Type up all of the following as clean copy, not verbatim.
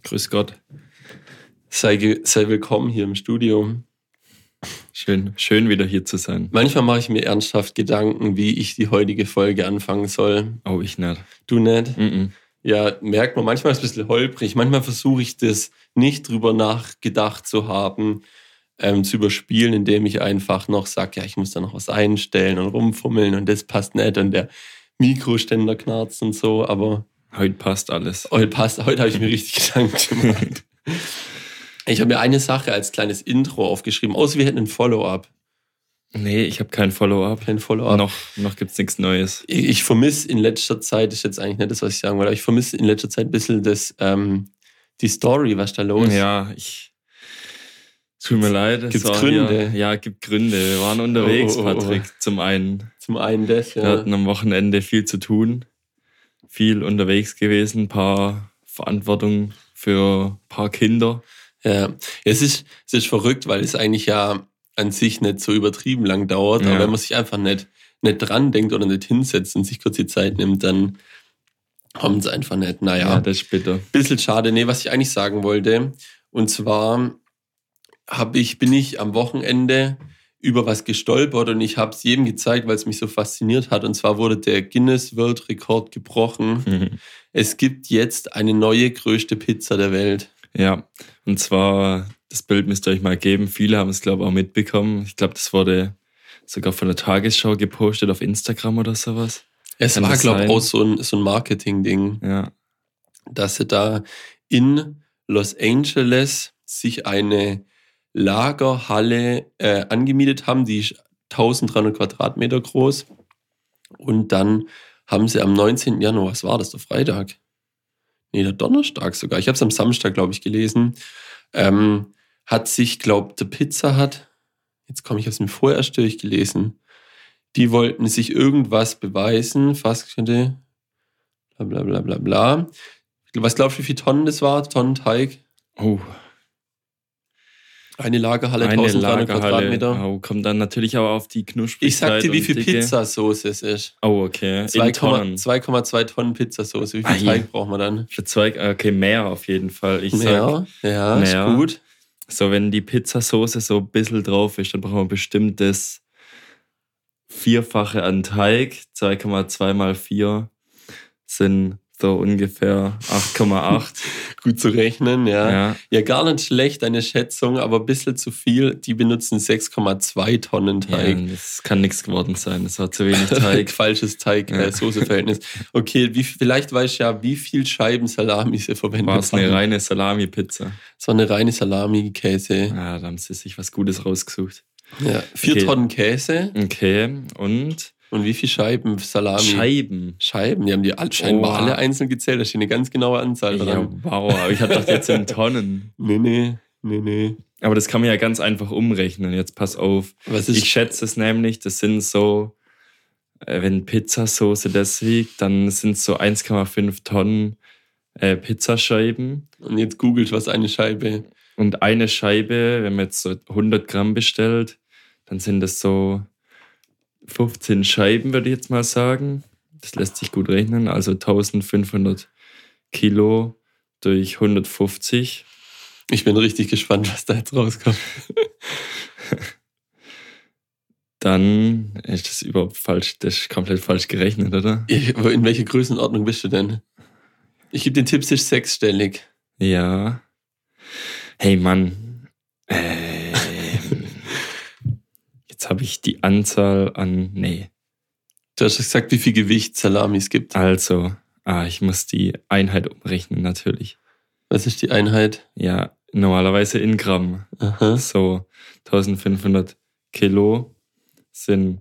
Grüß Gott. Sei willkommen hier im Studio. Schön wieder hier zu sein. Manchmal mache ich mir ernsthaft Gedanken, wie ich die heutige Folge anfangen soll. Oh, ich nicht. Du nicht? Mm-mm. Ja, merkt man, manchmal ist es ein bisschen holprig. Manchmal versuche ich das nicht drüber nachgedacht zu haben, zu überspielen, indem ich einfach noch sage, ja, ich muss da noch was einstellen und rumfummeln und das passt nicht und der Mikroständer knarzt und so, aber Heute passt alles. heute habe ich mir richtig Gedanken gemacht. Ich habe mir eine Sache als kleines Intro aufgeschrieben, außer wir hätten ein Follow-up. Nee, ich habe kein Follow-up. Kein Follow-up. Noch gibt es nichts Neues. Ich vermisse in letzter Zeit, das ist jetzt eigentlich nicht das, was ich sagen wollte, aber ich vermisse in letzter Zeit ein bisschen die Story, was da los ist. Ja, tut mir leid. Gibt's Gründe? Gibt Gründe. Wir waren unterwegs, Patrick, zum einen. Zum einen das, ja. Wir hatten am Wochenende viel zu tun. Viel unterwegs gewesen, ein paar Verantwortung für ein paar Kinder. Ja, es ist verrückt, weil es eigentlich ja an sich nicht so übertrieben lang dauert, Ja. aber wenn man sich einfach nicht dran denkt oder nicht hinsetzt und sich kurz die Zeit nimmt, dann kommt es einfach nicht. Naja, Ja, das ist bitter. bisschen schade. Nee, was ich eigentlich sagen wollte, und zwar bin ich am Wochenende über was gestolpert und ich habe es jedem gezeigt, weil es mich so fasziniert hat. Und zwar wurde der Guinness-Weltrekord gebrochen. Mhm. Es gibt jetzt eine neue größte Pizza der Welt. Ja, und zwar, das Bild müsst ihr euch mal geben. Viele haben es, glaube ich, auch mitbekommen. Ich glaube, das wurde sogar von der Tagesschau gepostet auf Instagram oder sowas. Es Kann war, das glaube ich, sein? auch so ein Marketing-Ding, Ja, dass sie da in Los Angeles sich eine Lagerhalle angemietet haben, die ist 1300 Quadratmeter groß. Und dann haben sie am 19. Januar, was war das, der Freitag? Nee, der Donnerstag sogar. Ich habe es am Samstag, glaube ich, gelesen. Hat sich, glaube ich, der Pizza Hut, jetzt komme ich aus dem vorerst durchgelesen, die wollten sich irgendwas beweisen, fast bla bla bla bla bla. Was glaubst du, wie viele Tonnen das war? Tonnen Teig? oh, Eine Lagerhalle, eine 1300 Lagerhalle. Quadratmeter. Oh, kommt dann natürlich auch auf die Knusprigkeit. Ich sag dir, wie und viel Dicke. Pizzasauce es ist. Oh, okay. In Tonnen. 2,2 Tonnen Pizzasauce. Wie viel Ei. Teig braucht man dann? Für zwei, okay, mehr auf jeden Fall. Ich sag, Ja, mehr. ist gut. so wenn die Pizzasauce so ein bisschen drauf ist, dann brauchen wir bestimmt das Vierfache an Teig. 2,2 mal 4 sind so ungefähr 8,8. Gut zu rechnen, ja. Ja. Ja, gar nicht schlecht, eine Schätzung, aber ein bisschen zu viel. Die benutzen 6,2 Tonnen Teig. Ja, das kann nichts geworden sein. Das war zu wenig Teig. Falsches Teig-Soße-Verhältnis. Okay, vielleicht weißt du ja, wie viel Scheiben Salami sie verwendet War es eine haben. reine Salami-Pizza? So eine reine Salami-Käse. Ja, da haben sie sich was Gutes rausgesucht. Ja, 4 Okay. Tonnen Käse. Okay, und Und wie viele Scheiben Salami? Scheiben. Die haben die scheinbar Oha. alle einzeln gezählt. Da steht eine ganz genaue Anzahl Ja, dran. wow, aber ich habe doch jetzt in Tonnen. Nee. Aber das kann man ja ganz einfach umrechnen. Jetzt pass auf. Was ist Ich schätze es nämlich, das sind so, wenn Pizzasauce das wiegt, dann sind es so 1,5 Tonnen Pizzascheiben. Und jetzt googelt, was eine Scheibe. Und eine Scheibe, wenn man jetzt so 100 Gramm bestellt, dann sind das so 15 Scheiben, würde ich jetzt mal sagen. Das lässt sich gut rechnen. Also 1500 Kilo durch 150. Ich bin richtig gespannt, was da jetzt rauskommt. Dann ist das überhaupt falsch. Das ist komplett falsch gerechnet, oder? In welcher Größenordnung bist du denn? Ich gebe den Tipp, es ist sechsstellig. Ja. Hey Mann. Jetzt habe ich die Anzahl an. Nee. Du hast gesagt, wie viel Gewicht Salami es gibt. Also, ich muss die Einheit umrechnen, natürlich. Was ist die Einheit? Ja, normalerweise in Gramm. Aha. So 1500 Kilo sind.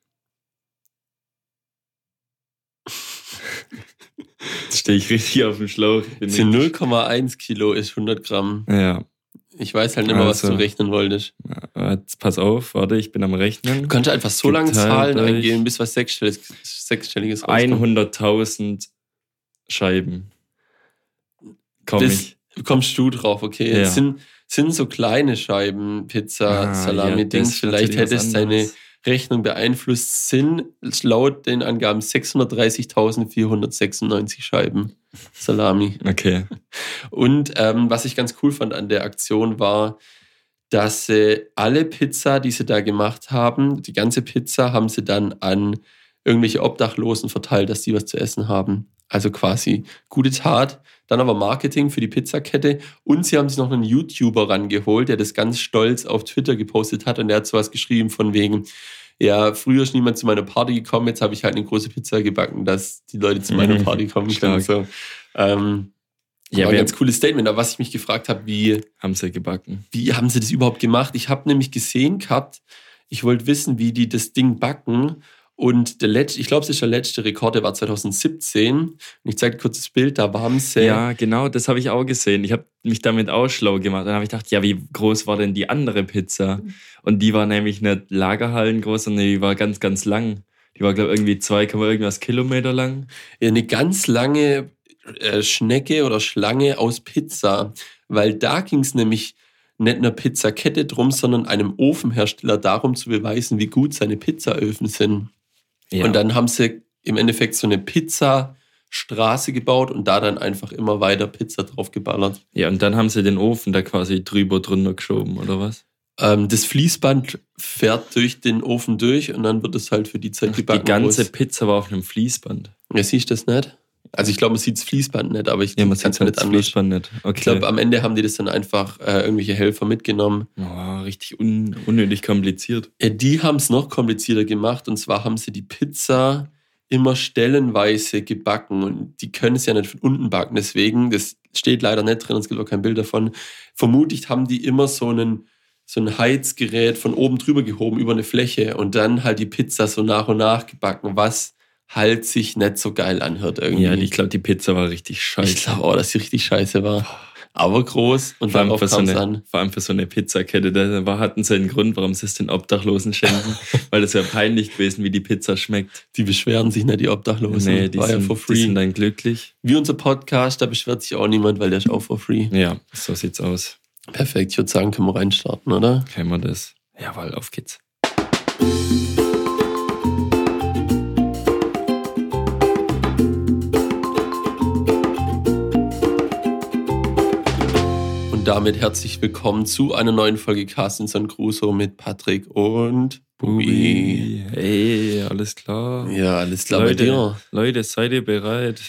Jetzt stehe ich richtig auf dem Schlauch. Das sind 0,1 Kilo ist 100 Gramm. Ja, Ich weiß halt nicht mehr, was Also. du rechnen wolltest. jetzt pass auf, warte, ich bin am Rechnen. Du kannst einfach so lange Geteilt Zahlen durch eingeben, bis was Sechsstelliges rauskommt. 100.000 Scheiben. Komm Das ich. kommst du drauf, okay. Ja. Es sind so kleine Scheiben, Pizza, Salami-Dings. das ist Vielleicht natürlich was hättest deine anderes. Rechnung beeinflusst. Sind laut den Angaben 630.496 Scheiben Salami. Okay. Und was ich ganz cool fand an der Aktion war, dass sie alle Pizza, die sie da gemacht haben, die ganze Pizza haben sie dann an irgendwelche Obdachlosen verteilt, dass die was zu essen haben. Also quasi gute Tat. Dann aber Marketing für die Pizzakette. Und sie haben sich noch einen YouTuber rangeholt, der das ganz stolz auf Twitter gepostet hat. Und der hat sowas geschrieben von wegen, ja, früher ist niemand zu meiner Party gekommen, jetzt habe ich halt eine große Pizza gebacken, dass die Leute zu meiner Party kommen können. So. Ja, ein ganz cooles Statement. Aber was ich mich gefragt habe, wie haben sie gebacken? Wie haben sie das überhaupt gemacht? Ich habe nämlich gesehen gehabt, ich wollte wissen, wie die das Ding backen. Und ich glaube, es ist der letzte Rekord, der war 2017. Und ich zeige dir kurz das Bild, da waren sie. Ja, genau, das habe ich auch gesehen. Ich habe mich damit auch schlau gemacht. Dann habe ich gedacht, ja, wie groß war denn die andere Pizza? Und die war nämlich nicht Lagerhallen groß, sondern die war ganz, ganz lang. Die war, glaube ich, irgendwie 2, irgendwas Kilometer lang. Ja, eine ganz lange Schnecke oder Schlange aus Pizza. Weil da ging es nämlich nicht einer Pizzakette drum, sondern einem Ofenhersteller darum zu beweisen, wie gut seine Pizzaöfen sind. Ja. Und dann haben sie im Endeffekt so eine Pizzastraße gebaut und da dann einfach immer weiter Pizza drauf geballert. Ja, und dann haben sie den Ofen da quasi drunter geschoben, oder was? Das Fließband fährt durch den Ofen durch und dann wird es halt für die Zeit gebacken. Die ganze Pizza war auf einem Fließband. Ja, siehst du das nicht? Also ich glaube, man sieht das Fließband nicht, aber ich man sieht es nicht anders. Fließband nicht. Okay. Ich glaube, am Ende haben die das dann einfach irgendwelche Helfer mitgenommen. Oh, richtig unnötig kompliziert. Die haben es noch komplizierter gemacht und zwar haben sie die Pizza immer stellenweise gebacken und die können es ja nicht von unten backen. Deswegen, das steht leider nicht drin, es gibt auch kein Bild davon. Vermutlich haben die immer so ein Heizgerät von oben drüber gehoben über eine Fläche und dann halt die Pizza so nach und nach gebacken, was halt sich nicht so geil anhört irgendwie. Ja, ich glaube, die Pizza war richtig scheiße. Ich glaube auch, dass sie richtig scheiße war. Aber groß und darauf kam es an. Vor allem für so eine Pizzakette, da hatten sie einen Grund, warum sie es den Obdachlosen schenken. Weil das wäre peinlich gewesen, wie die Pizza schmeckt. Die beschweren sich nicht, die Obdachlosen. Nee, die sind dann glücklich. Wie unser Podcast, da beschwert sich auch niemand, weil der ist auch for free. Ja, so sieht's aus. Perfekt, ich würde sagen, können wir reinstarten, oder? Können wir das? Jawohl, auf geht's. Damit herzlich willkommen zu einer neuen Folge Carstenson Crusoe mit Patrick und Bubi. Hey, alles klar? Ja, alles klar Leute, bei dir. Leute, seid ihr bereit?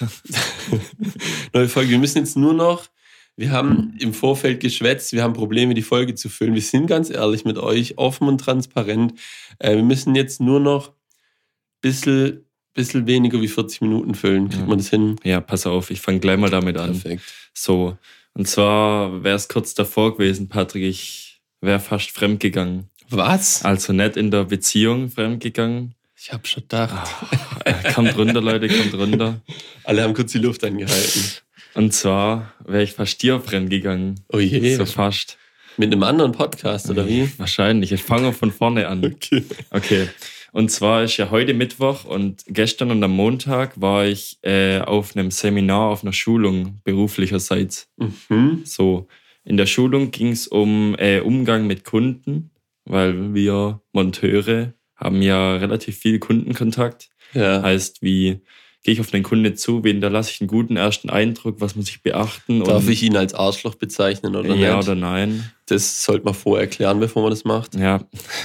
Neue Folge. Wir müssen jetzt nur noch, wir haben im Vorfeld geschwätzt, wir haben Probleme, die Folge zu füllen. Wir sind ganz ehrlich mit euch, offen und transparent. Wir müssen jetzt nur noch ein bisschen weniger wie 40 Minuten füllen. Kriegt man das hin? Ja, pass auf, ich fange gleich mal damit an. Perfekt. So. Und zwar wäre es kurz davor gewesen, Patrick, ich wäre fast fremdgegangen. Was? Also nicht in der Beziehung fremdgegangen. Ich hab schon gedacht. Kommt runter, Leute, kommt runter. Alle haben kurz die Luft angehalten. Und zwar wäre ich fast dir fremdgegangen. Oh je. So fast. Mit einem anderen Podcast, oder wie? Wahrscheinlich. Ich fange von vorne an. Okay. Und zwar ist ja heute Mittwoch und gestern und am Montag war ich auf einem Seminar, auf einer Schulung beruflicherseits. Mhm. So, in der Schulung ging es um Umgang mit Kunden, weil wir Monteure haben ja relativ viel Kundenkontakt. Ja. Heißt, wie gehe ich auf den Kunde zu, wen da lasse ich einen guten ersten Eindruck, was muss ich beachten? Darf ich ihn als Arschloch bezeichnen oder nicht? Ja oder nein? Das sollte man vorher erklären, bevor man das macht. Ja,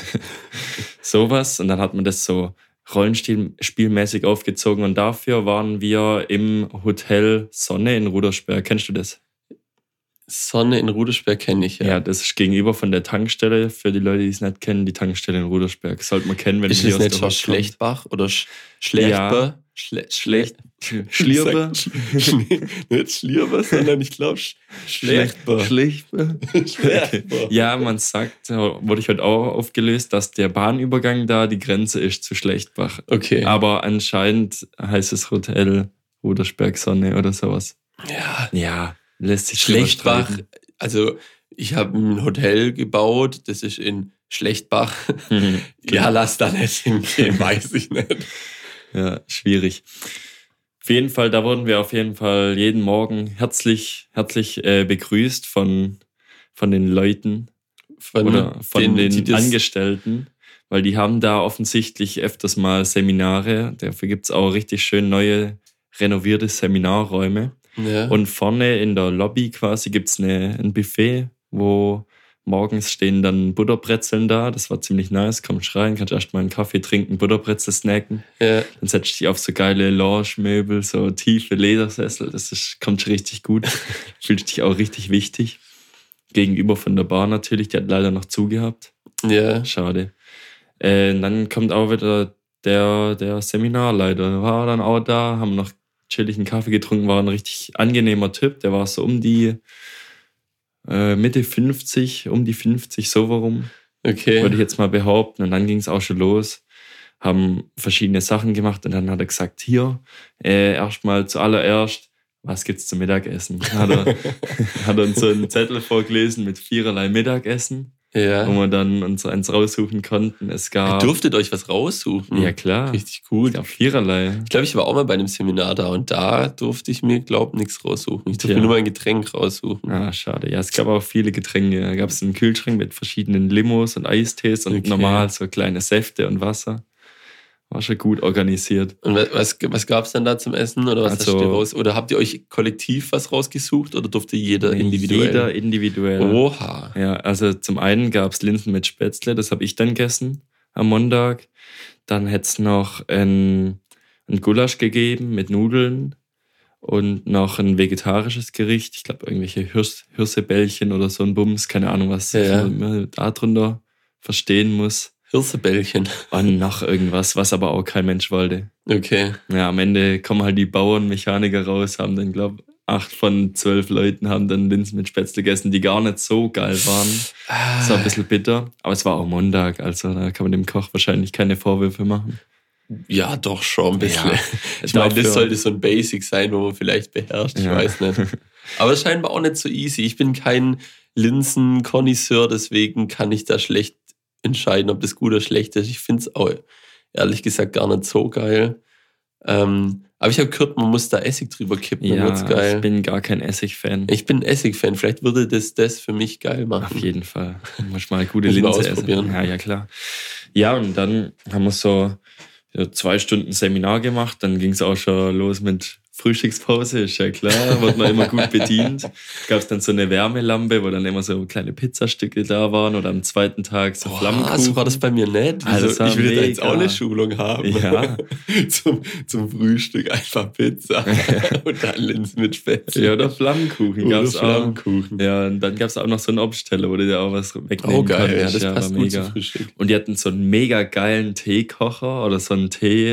sowas. Und dann hat man das so rollenspielmäßig aufgezogen. Und dafür waren wir im Hotel Sonne in Rudersberg. Kennst du das? Sonne in Rudersberg kenne ich, ja. Ja, das ist gegenüber von der Tankstelle. Für die Leute, die es nicht kennen, die Tankstelle in Rudersberg. Sollte man kennen, wenn man hier aus der Stadt kommt. Schlechtbach oder Schlechtber? Ja. Schlierber? Nicht Schlierber, sondern ich glaube Schlechtbar. Schlechtbar. Ja, man sagt, wurde ich heute auch aufgelöst, dass der Bahnübergang da die Grenze ist zu Schlechtbach. Okay. Aber anscheinend heißt es Hotel Rudersberg Sonne oder sowas. Ja, lässt sich Schlechtbach. Also ich habe ein Hotel gebaut, das ist in Schlechtbach. Ja, lass da nicht hingehen, weiß ich nicht. Ja, schwierig. Auf jeden Fall, da wurden wir auf jeden Fall jeden Morgen herzlich begrüßt von den Leuten oder von den Angestellten, weil die haben da offensichtlich öfters mal Seminare. Dafür gibt's auch richtig schön neue, renovierte Seminarräume. Ja. Und vorne in der Lobby quasi gibt es ein Buffet, wo morgens stehen dann Butterbrezeln da. Das war ziemlich nice. Kommst rein, kannst erst mal einen Kaffee trinken, Butterbrezel snacken. Ja. Dann setzt dich auf so geile Lounge-Möbel, so tiefe Ledersessel. Kommt schon richtig gut. Fühlst dich auch richtig wichtig. Gegenüber von der Bar natürlich, die hat leider noch zugehabt. Ja. Schade. Dann kommt auch wieder der Seminarleiter. War dann auch da, haben noch chillig einen Kaffee getrunken, war ein richtig angenehmer Typ. Der war so um die Mitte 50, um die 50, so warum. Okay. Würde ich jetzt mal behaupten. Und dann ging es auch schon los. Haben verschiedene Sachen gemacht und dann hat er gesagt, hier, erstmal zuallererst, was gibt's zum Mittagessen? Hat er uns so einen Zettel vorgelesen mit 4 Mittagessen, Ja. wo wir dann uns eins raussuchen konnten. Es gab... Ihr durftet euch was raussuchen. Ja, klar. Richtig gut. Es gab 4. Ich glaube, ich war auch mal bei einem Seminar da und da durfte ich mir, nichts raussuchen. Ich durfte Ja. mir nur mal ein Getränk raussuchen. Ah, schade. Ja, es gab auch viele Getränke. Da gab es einen Kühlschrank mit verschiedenen Limos und Eistees und Okay. normal so kleine Säfte und Wasser. War schon gut organisiert. Und was gab es dann da zum Essen? Oder was Also- hast du raus? Oder habt ihr euch kollektiv was rausgesucht oder durfte jeder individuell? Jeder individuell. Oha. Ja, also zum einen gab es Linsen mit Spätzle, das habe ich dann gegessen am Montag. Dann hätte es noch ein Gulasch gegeben mit Nudeln und noch ein vegetarisches Gericht. Ich glaube, irgendwelche Hirsebällchen oder so ein Bums. Keine Ahnung, was Ja. man da drunter verstehen muss. Hirsebällchen. Und noch irgendwas, was aber auch kein Mensch wollte. Okay. Ja, am Ende kommen halt die Bauernmechaniker raus, haben dann, glaube ich, 8 von 12 Leuten haben dann Linsen mit Spätzle gegessen, die gar nicht so geil waren. Das war ein bisschen bitter, aber es war auch Montag, also da kann man dem Koch wahrscheinlich keine Vorwürfe machen. Ja, doch schon ein bisschen. Ja, Ich meine, das dafür- sollte so ein Basic sein, wo man vielleicht beherrscht. Ich Ja. weiß nicht. Aber es scheint mir auch nicht so easy. Ich bin kein Linsen-Konnoisseur, deswegen kann ich da schlecht entscheiden, ob das gut oder schlecht ist. Ich finde es auch ehrlich gesagt gar nicht so geil. Aber ich habe gehört, man muss da Essig drüber kippen, dann wird's Ja, geil. ich bin gar kein Essig-Fan. Ich bin Essig-Fan. Vielleicht würde das für mich geil machen. Auf jeden Fall. Muss mal gute Muss man Linse ausprobieren. essen. Ja, klar. Ja, und dann haben wir so 2 Stunden Seminar gemacht. Dann ging es auch schon los mit Frühstückspause, ist ja klar. Wird man immer gut bedient. Gab es dann so eine Wärmelampe, wo dann immer so kleine Pizzastücke da waren oder am zweiten Tag so Flammenkuchen. so war das bei mir nicht. Ah, das war ich will da jetzt mega. auch eine Schulung haben. Ja. zum Frühstück einfach Pizza und dann Linsen mit Spätzle. Ja, oder Flammenkuchen Oder gab's auch. Flammkuchen. Ja, und dann gab es auch noch so einen Obstteller, wo du dir auch was wegnehmen Oh geil, ja, konntest. das passt war gut zum Frühstück. Und die hatten so einen mega geilen Teekocher oder so einen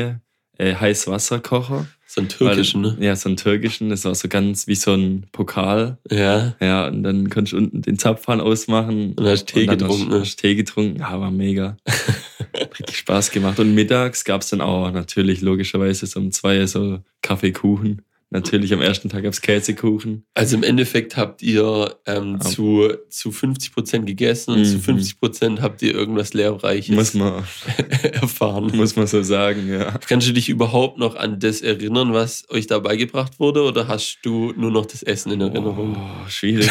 Heißwasserkocher. So einen türkischen, ne? Ja, so einen türkischen. Das war so ganz wie so ein Pokal. Ja. Ja, und dann konntest du unten den Zapfhahn ausmachen. Und hast Tee dann getrunken, ne? Hast Tee getrunken. Ja, war mega. Richtig Spaß gemacht. Und mittags gab es dann auch natürlich logischerweise so um 2 so Kaffeekuchen. Natürlich am ersten Tag gab es Käsekuchen. Also im Endeffekt habt ihr zu 50% gegessen und zu 50% habt ihr irgendwas Lehrreiches Muss man erfahren. so sagen, ja. Kannst du dich überhaupt noch an das erinnern, was euch da beigebracht wurde, oder hast du nur noch das Essen in Erinnerung? Oh, schwierig.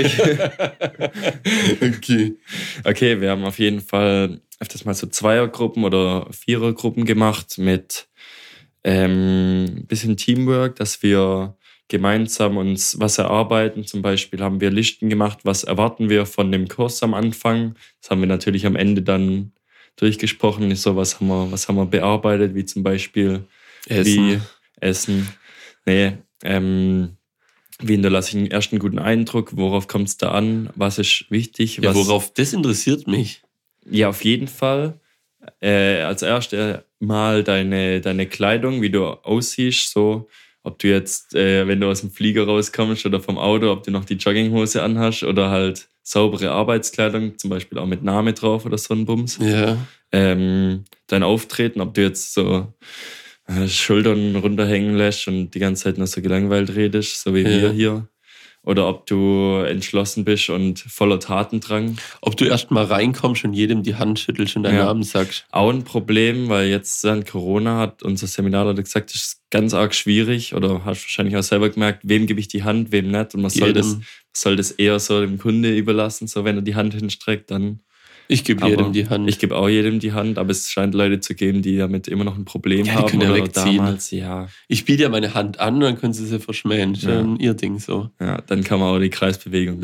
Okay. Okay, wir haben auf jeden Fall öfters mal so Zweiergruppen oder Vierergruppen gemacht mit bisschen Teamwork, dass wir gemeinsam uns was erarbeiten. Zum Beispiel haben wir Listen gemacht, was erwarten wir von dem Kurs am Anfang. Das haben wir natürlich am Ende dann durchgesprochen. So, was haben wir bearbeitet, wie zum Beispiel wie Essen. Nee, wie hinterlasse ich einen ersten guten Eindruck? Worauf kommt es da an? Was ist wichtig? Ja, worauf? Das interessiert mich. Ja, auf jeden Fall. Als erstes mal deine Kleidung, wie du aussiehst, so ob du jetzt, wenn du aus dem Flieger rauskommst oder vom Auto, ob du noch die Jogginghose anhast oder halt saubere Arbeitskleidung, zum Beispiel auch mit Name drauf oder so ein Bums. Ja. Dein Auftreten, ob du jetzt so Schultern runterhängen lässt und die ganze Zeit nur so gelangweilt redest, so wie wir hier. Oder ob du entschlossen bist und voller Tatendrang. Ob du erst mal reinkommst und jedem die Hand schüttelst und deinen Namen sagst. Auch ein Problem, weil jetzt während Corona hat unser Seminarleiter gesagt, das ist ganz arg schwierig, oder hast wahrscheinlich auch selber gemerkt, wem gebe ich die Hand, wem nicht. Und man soll das eher so dem Kunde überlassen, so wenn er die Hand hinstreckt, dann Ich gebe jedem die Hand. Ich gebe auch jedem die Hand, aber es scheint Leute zu geben, die damit immer noch ein Problem Ja, die haben. können ja Oder wegziehen. damals, ja. Ich biete ja meine Hand an und dann können sie verschmähen. Das ist ja ihr Ding so. Ja, dann kann man auch die Kreisbewegung.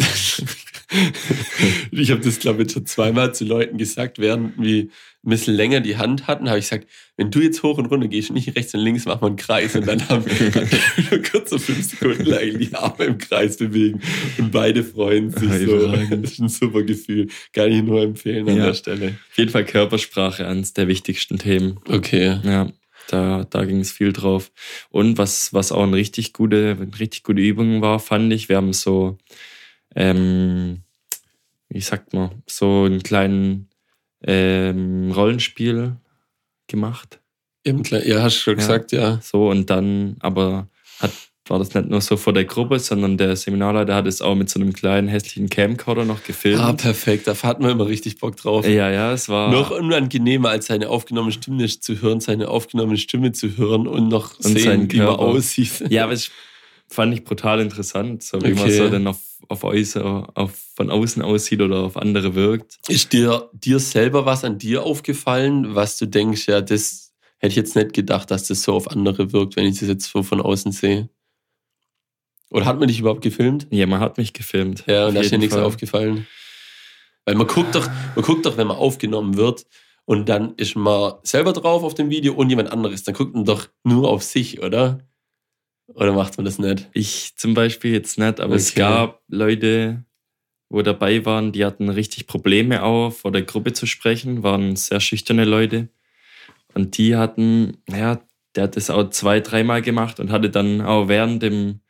Ich habe das, glaube ich, schon zweimal zu Leuten gesagt, während wir ein bisschen länger die Hand hatten, habe ich gesagt, wenn du jetzt hoch und runter gehst, nicht rechts und links, machen wir einen Kreis. Und dann haben wir nur kurz so 5 Sekunden lang die Arme im Kreis bewegen und beide freuen sich so. Das ist ein super Gefühl. Kann ich nur empfehlen an der Stelle. Auf jeden Fall Körpersprache, eines der wichtigsten Themen. Okay. Ja, da ging es viel drauf. Und was auch eine richtig gute Übung war, fand ich, wir haben so, wie sagt man, so einen kleinen Rollenspiel gemacht. Ja, hast du schon gesagt, ja. So, und dann, aber war das nicht nur so vor der Gruppe, sondern der Seminarleiter hat es auch mit so einem kleinen hässlichen Camcorder noch gefilmt. Ah, perfekt, da hat man immer richtig Bock drauf. Ja, es war... Noch unangenehmer als seine aufgenommene Stimme zu hören, und noch sehen, wie man aussieht. Ja, aber es fand ich brutal interessant, so wie man so dann von außen aussieht oder auf andere wirkt. Ist dir selber was an dir aufgefallen, was du denkst, ja, das hätte ich jetzt nicht gedacht, dass das so auf andere wirkt, wenn ich das jetzt so von außen sehe? Oder hat man dich überhaupt gefilmt? Ja, man hat mich gefilmt. Ja, und da ist dir nichts aufgefallen. Weil man guckt doch, wenn man aufgenommen wird und dann ist man selber drauf auf dem Video und jemand anderes, dann guckt man doch nur auf sich, oder? Oder macht man das nicht? Ich zum Beispiel jetzt nicht, aber es gab Leute, wo dabei waren, die hatten richtig Probleme auch, vor der Gruppe zu sprechen, waren sehr schüchterne Leute. Und die hatten, der hat das auch 2-3 Mal gemacht und hatte dann auch während dem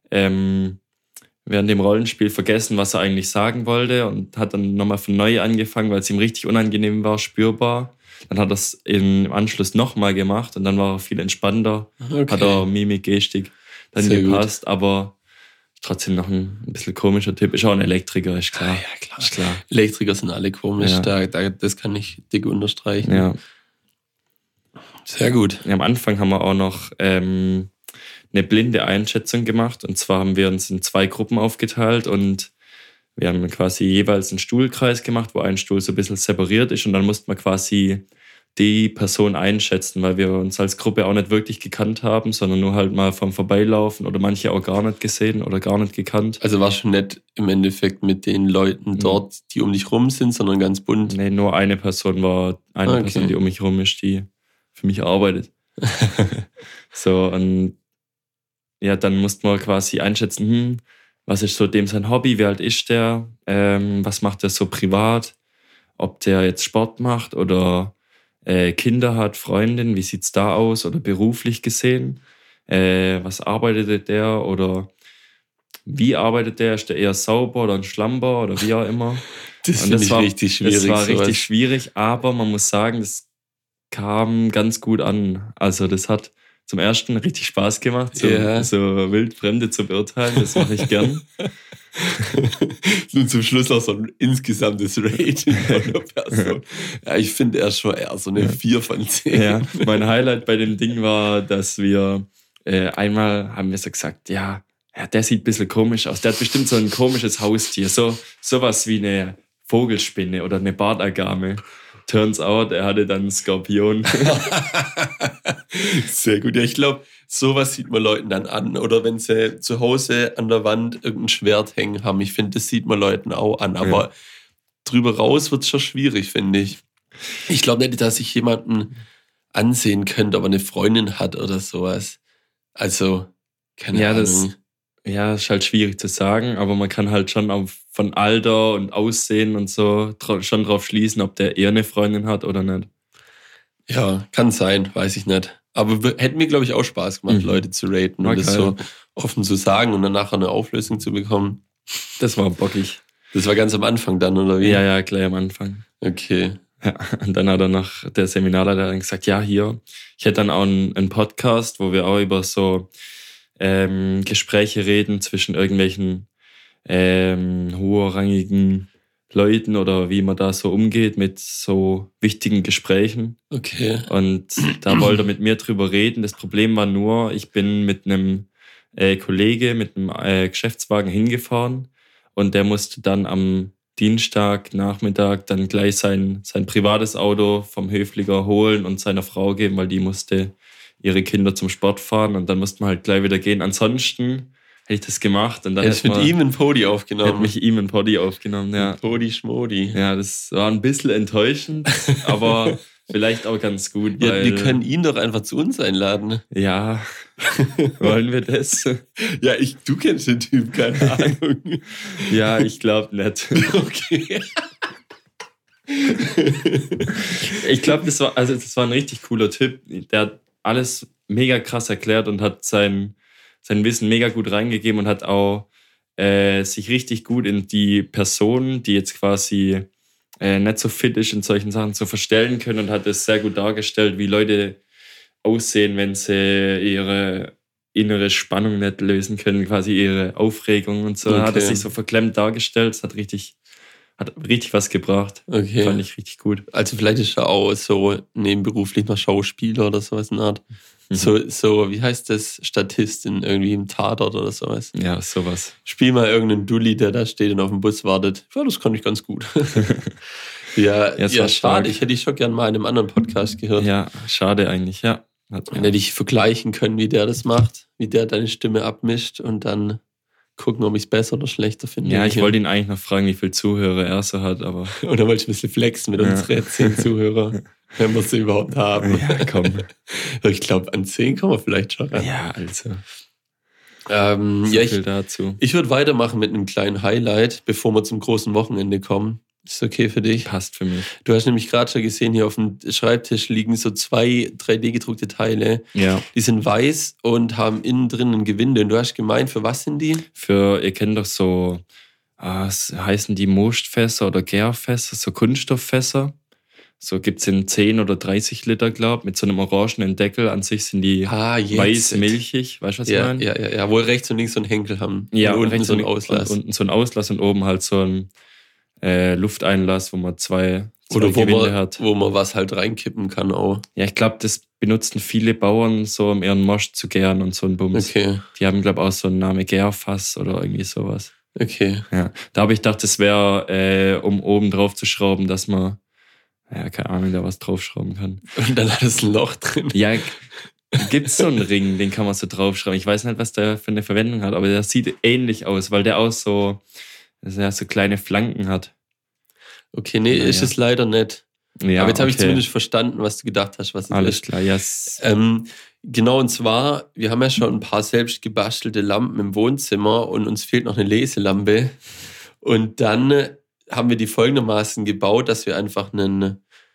Rollenspiel vergessen, was er eigentlich sagen wollte und hat dann nochmal von neu angefangen, weil es ihm richtig unangenehm war, spürbar. Dann hat er es im Anschluss nochmal gemacht und dann war er viel entspannter. Okay. Hat er Mimik, Gestik dann sehr gepasst, gut. Aber trotzdem noch ein bisschen komischer Typ. Ist auch ein Elektriker, ist klar. Ja, klar. Ist klar. Elektriker sind alle komisch, das kann ich dick unterstreichen. Ja. Sehr gut. Ja, am Anfang haben wir auch noch eine blinde Einschätzung gemacht. Und zwar haben wir uns in 2 Gruppen aufgeteilt und wir haben quasi jeweils einen Stuhlkreis gemacht, wo ein Stuhl so ein bisschen separiert ist und dann musste man quasi die Person einschätzen, weil wir uns als Gruppe auch nicht wirklich gekannt haben, sondern nur halt mal vom Vorbeilaufen oder manche auch gar nicht gesehen oder gar nicht gekannt. Also warst du nicht im Endeffekt mit den Leuten dort, die um dich rum sind, sondern ganz bunt? Nee, nur eine Person war Person, die um mich rum ist, die für mich arbeitet. So, und ja, dann musste man quasi einschätzen, was ist so dem sein Hobby, wie alt ist der, was macht er so privat, ob der jetzt Sport macht oder Kinder hat, Freundin, wie sieht's da aus oder beruflich gesehen, was arbeitet der oder wie arbeitet der, ist der eher sauber oder ein Schlamper oder wie auch immer. Das finde ich richtig schwierig. Das war richtig schwierig, aber man muss sagen, das kam ganz gut an. Also das hat zum ersten richtig Spaß gemacht, so Wildfremde zu beurteilen. Das mache ich gern. Und zum Schluss auch so ein insgesamtes Rating von der Person. Ja, ich finde er schon eher so eine 4 von 10. Ja, mein Highlight bei dem Ding war, dass wir einmal haben wir so gesagt, ja, der sieht ein bisschen komisch aus. Der hat bestimmt so ein komisches Haustier. Sowas wie eine Vogelspinne oder eine Bartagame. Turns out, er hatte dann einen Skorpion. Sehr gut. Ja, ich glaube, sowas sieht man Leuten dann an. Oder wenn sie zu Hause an der Wand irgendein Schwert hängen haben. Ich finde, das sieht man Leuten auch an. Aber drüber raus wird es schon schwierig, finde ich. Ich glaube nicht, dass ich jemanden ansehen könnte, ob er eine Freundin hat oder sowas. Also, keine Ahnung. Ist halt schwierig zu sagen, aber man kann halt schon auch von Alter und Aussehen und so schon drauf schließen, ob der eher eine Freundin hat oder nicht. Ja, kann sein, weiß ich nicht. Aber hätte mir, glaube ich, auch Spaß gemacht, Leute zu raten und das so offen zu sagen und dann nachher eine Auflösung zu bekommen. Das war bockig. Das war ganz am Anfang dann, oder wie? Ja, gleich am Anfang. Okay. Ja, und dann hat er nach der Seminarleiter gesagt, ja, hier, ich hätte dann auch einen Podcast, wo wir auch über so Gespräche reden zwischen irgendwelchen hochrangigen Leuten oder wie man da so umgeht mit so wichtigen Gesprächen. Okay. Und da wollte er mit mir drüber reden. Das Problem war nur, ich bin mit einem Kollege mit einem Geschäftswagen hingefahren und der musste dann am Dienstag, Nachmittag dann gleich sein privates Auto vom Höfliger holen und seiner Frau geben, weil die musste ihre Kinder zum Sport fahren und dann musste man halt gleich wieder gehen. Ansonsten hätte ich das gemacht und dann hätte mit ihm ein Podi aufgenommen. Hätte mich ihm ein Podi aufgenommen, ja. Podi Schmodi. Ja, das war ein bisschen enttäuschend, aber vielleicht auch ganz gut. Ja, wir können ihn doch einfach zu uns einladen. Ja, wollen wir das? Ja, du kennst den Typ, keine Ahnung. Ja, ich glaube nicht. Okay. Ich glaube, das war ein richtig cooler Tipp. Der hat alles mega krass erklärt und hat sein Wissen mega gut reingegeben und hat auch sich richtig gut in die Person, die jetzt quasi nicht so fit ist in solchen Sachen, zu verstellen können und hat es sehr gut dargestellt, wie Leute aussehen, wenn sie ihre innere Spannung nicht lösen können, quasi ihre Aufregung und so. Okay. Hat es sich so verklemmt dargestellt. Es hat richtig was gebracht. Okay. Fand ich richtig gut. Also vielleicht ist er auch so nebenberuflich noch Schauspieler oder sowas in der Art. So, wie heißt das? Statistin irgendwie im Tatort oder sowas. Ja, sowas. Spiel mal irgendeinen Dulli, der da steht und auf dem Bus wartet. Ja, das kann ich ganz gut. Ja, schade. Ich hätte dich schon gern mal in einem anderen Podcast gehört. Ja, schade eigentlich, ja. Dann hätte ich vergleichen können, wie der das macht, wie der deine Stimme abmischt und dann gucken, ob ich es besser oder schlechter finde. Ja, ich wollte ihn eigentlich noch fragen, wie viele Zuhörer er so hat, aber... Und dann wollte ich ein bisschen flexen mit unseren 10 Zuhörer, wenn wir sie überhaupt haben. Ja, komm. Ich glaube, an 10 kommen wir vielleicht schon ran. Ja, also... viel dazu. Ich würde weitermachen mit einem kleinen Highlight, bevor wir zum großen Wochenende kommen. Ist okay für dich? Passt für mich. Du hast nämlich gerade schon gesehen, hier auf dem Schreibtisch liegen so 2 3D-gedruckte Teile. Ja. Die sind weiß und haben innen drin ein Gewinde. Und du hast gemeint, für was sind die? Ihr kennt doch so, heißen die Mostfässer oder Gärfässer, so Kunststofffässer. So gibt's in 10 oder 30 Liter, glaub, mit so einem orangenen Deckel. An sich sind die weiß milchig. Weißt du, was ich meine? Ja, wo rechts und links so einen Henkel haben. Ja, und unten so einen Auslass. Unten so ein Auslass und oben halt so ein Lufteinlass, wo man zwei oder Gewinde hat. Wo man was halt reinkippen kann auch. Ja, ich glaube, das benutzen viele Bauern so, um ihren Most zu gären und so ein Bums. Okay. Die haben, glaube ich, auch so einen Namen Gärfass oder irgendwie sowas. Okay. Ja, da habe ich gedacht, das wäre, um oben drauf zu schrauben, dass man, keine Ahnung, da was draufschrauben kann. Und dann hat es ein Loch drin. Ja, gibt's so einen Ring, den kann man so draufschrauben. Ich weiß nicht, was der für eine Verwendung hat, aber der sieht ähnlich aus, weil der auch so kleine Flanken hat. Okay, nee, ist es leider nicht. Ja, aber jetzt habe ich zumindest verstanden, was du gedacht hast, was es Alles ist. klar, yes. Genau, und zwar, wir haben ja schon ein paar selbst gebastelte Lampen im Wohnzimmer und uns fehlt noch eine Leselampe. Und dann haben wir die folgendermaßen gebaut, dass wir einfach einen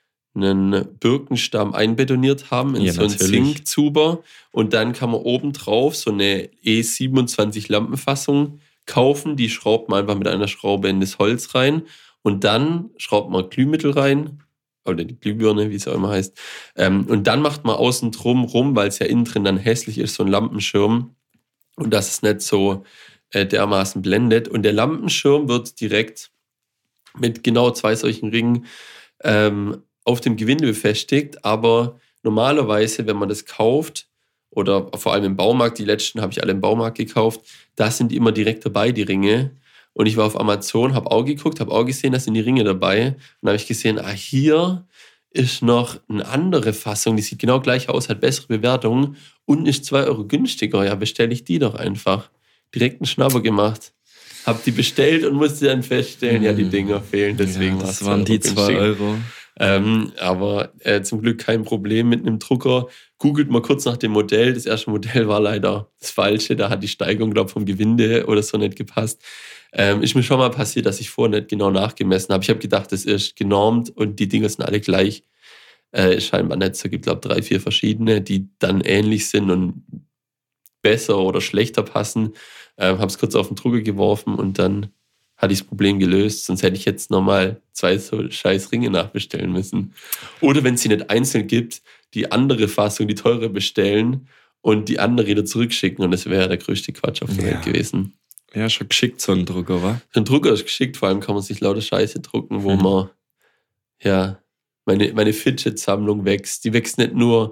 Birkenstamm einbetoniert haben in so einen Zinkzuber. Und dann kann man oben drauf so eine E27 Lampenfassung kaufen. Die schraubt man einfach mit einer Schraube in das Holz rein. Und dann schraubt man Glühmittel rein. Oder die Glühbirne, wie es auch immer heißt. Und dann macht man außen drum rum, weil es ja innen drin dann hässlich ist, so ein Lampenschirm. Und dass es nicht so dermaßen blendet. Und der Lampenschirm wird direkt mit genau 2 solchen Ringen auf dem Gewinde befestigt. Aber normalerweise, wenn man das kauft, oder vor allem im Baumarkt, die letzten habe ich alle im Baumarkt gekauft, da sind die immer direkt dabei, die Ringe. Und ich war auf Amazon, habe auch geguckt, habe auch gesehen, da sind die Ringe dabei. Und dann habe ich gesehen, hier ist noch eine andere Fassung, die sieht genau gleich aus, hat bessere Bewertungen und ist 2 Euro günstiger. Ja, bestelle ich die doch einfach. Direkt einen Schnapper gemacht. Hab die bestellt und musste dann feststellen, ja, die Dinger fehlen. Deswegen das waren die 2 Euro. Aber zum Glück kein Problem mit einem Drucker. Googelt mal kurz nach dem Modell. Das erste Modell war leider das Falsche. Da hat die Steigung, glaube ich, vom Gewinde oder so nicht gepasst. Ist mir schon mal passiert, dass ich vorher nicht genau nachgemessen habe. Ich habe gedacht, das ist genormt und die Dinger sind alle gleich. Ist scheinbar nicht so. Es gibt, glaube ich, 3, 4 verschiedene, die dann ähnlich sind und besser oder schlechter passen. Habe es kurz auf den Drucker geworfen und dann hatte ich das Problem gelöst. Sonst hätte ich jetzt nochmal 2 so scheiß Ringe nachbestellen müssen. Oder wenn es sie nicht einzeln gibt, die andere Fassung, die teure bestellen und die andere wieder zurückschicken. Und das wäre der größte Quatsch auf der Welt gewesen. Ja, schon geschickt, so ein Drucker, wa? So ein Drucker ist geschickt, vor allem kann man sich lauter Scheiße drucken, wo man, meine Fidget-Sammlung wächst. Die wächst nicht nur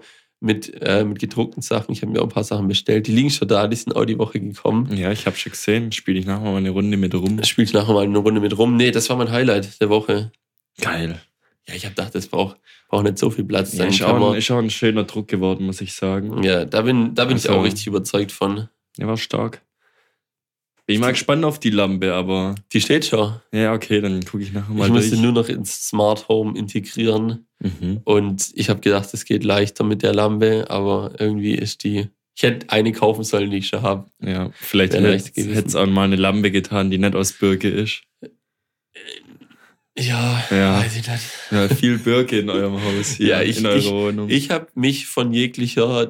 mit gedruckten Sachen. Ich habe mir auch ein paar Sachen bestellt. Die liegen schon da, die sind auch die Woche gekommen. Ja, ich habe schon gesehen. Spiele ich nachher mal eine Runde mit rum. Spiele ich nachher mal eine Runde mit rum. Nee, das war mein Highlight der Woche. Geil. Ja, ich habe gedacht, das braucht nicht so viel Platz. Ja, ist auch ein schöner Druck geworden, muss ich sagen. Ja, da bin ich auch richtig überzeugt von. Ja, war stark. Bin ich mal gespannt auf die Lampe, aber... Die steht schon. Ja, okay, dann gucke ich nachher mal Ich durch. musste nur noch ins Smart Home integrieren. Und ich habe gedacht, es geht leichter mit der Lampe, aber irgendwie ist die... Ich hätte eine kaufen sollen, die ich schon habe. Ja, vielleicht hätte es auch mal eine Lampe getan, die nicht aus Birke ist. Ja, weiß ich nicht. Ja, viel Birke in eurem Haus hier, in eurer Wohnung. Ich habe mich von jeglicher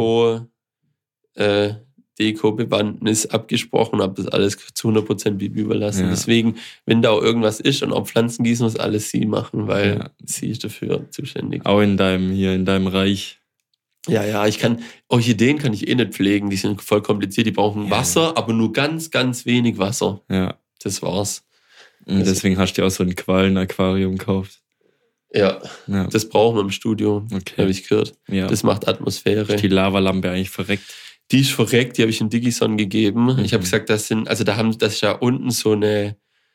Deko-Bewandtnis abgesprochen, habe das alles zu 100% Bibi überlassen. Ja. Deswegen, wenn da auch irgendwas ist und auch Pflanzen gießen, muss alles sie machen, weil sie ist dafür zuständig. Auch in deinem Reich. Ja, Orchideen kann ich nicht pflegen, die sind voll kompliziert, die brauchen Wasser, aber nur ganz, ganz wenig Wasser. Ja. Das war's. Und deswegen hast du dir auch so ein Quallen-Aquarium gekauft. Ja, das brauchen wir im Studio, habe ich gehört. Ja. Das macht Atmosphäre. Ist die Lavalampe eigentlich verreckt? Die ist verreckt, die habe ich in Digison gegeben. Ich habe gesagt, das ist ja unten so eine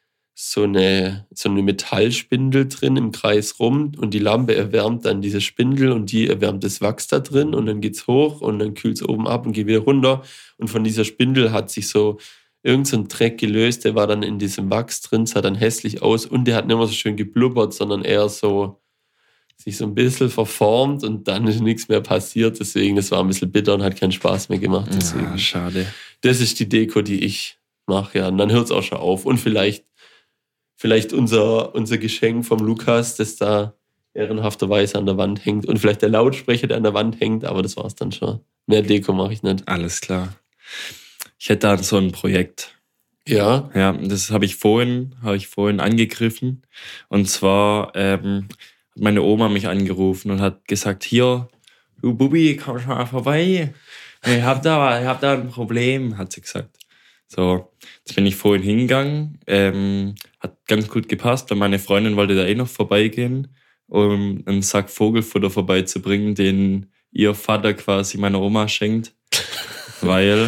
Metallspindel drin im Kreis rum und die Lampe erwärmt dann diese Spindel und die erwärmt das Wachs da drin und dann geht's hoch und dann kühlt es oben ab und geht wieder runter. Und von dieser Spindel hat sich so irgend so ein Dreck gelöst, der war dann in diesem Wachs drin, sah dann hässlich aus und der hat nicht mehr so schön geblubbert, sondern eher so sich so ein bisschen verformt und dann ist nichts mehr passiert. Deswegen, das war ein bisschen bitter und hat keinen Spaß mehr gemacht. Deswegen. Ja, schade. Das ist die Deko, die ich mache, ja. Und dann hört es auch schon auf. Und vielleicht unser Geschenk vom Lukas, das da ehrenhafterweise an der Wand hängt. Und vielleicht der Lautsprecher, der an der Wand hängt, aber das war's dann schon. Mehr Deko mache ich nicht. Alles klar. Ich hätte da so ein Projekt. Ja? Ja, das habe ich vorhin angegriffen. Und zwar hat meine Oma mich angerufen und hat gesagt, hier, du Bubi, komm schon mal vorbei. Ich hab da ein Problem, hat sie gesagt. So, jetzt bin ich vorhin hingegangen. Hat ganz gut gepasst, weil meine Freundin wollte da noch vorbeigehen, um einen Sack Vogelfutter vorbeizubringen, den ihr Vater quasi meiner Oma schenkt. Weil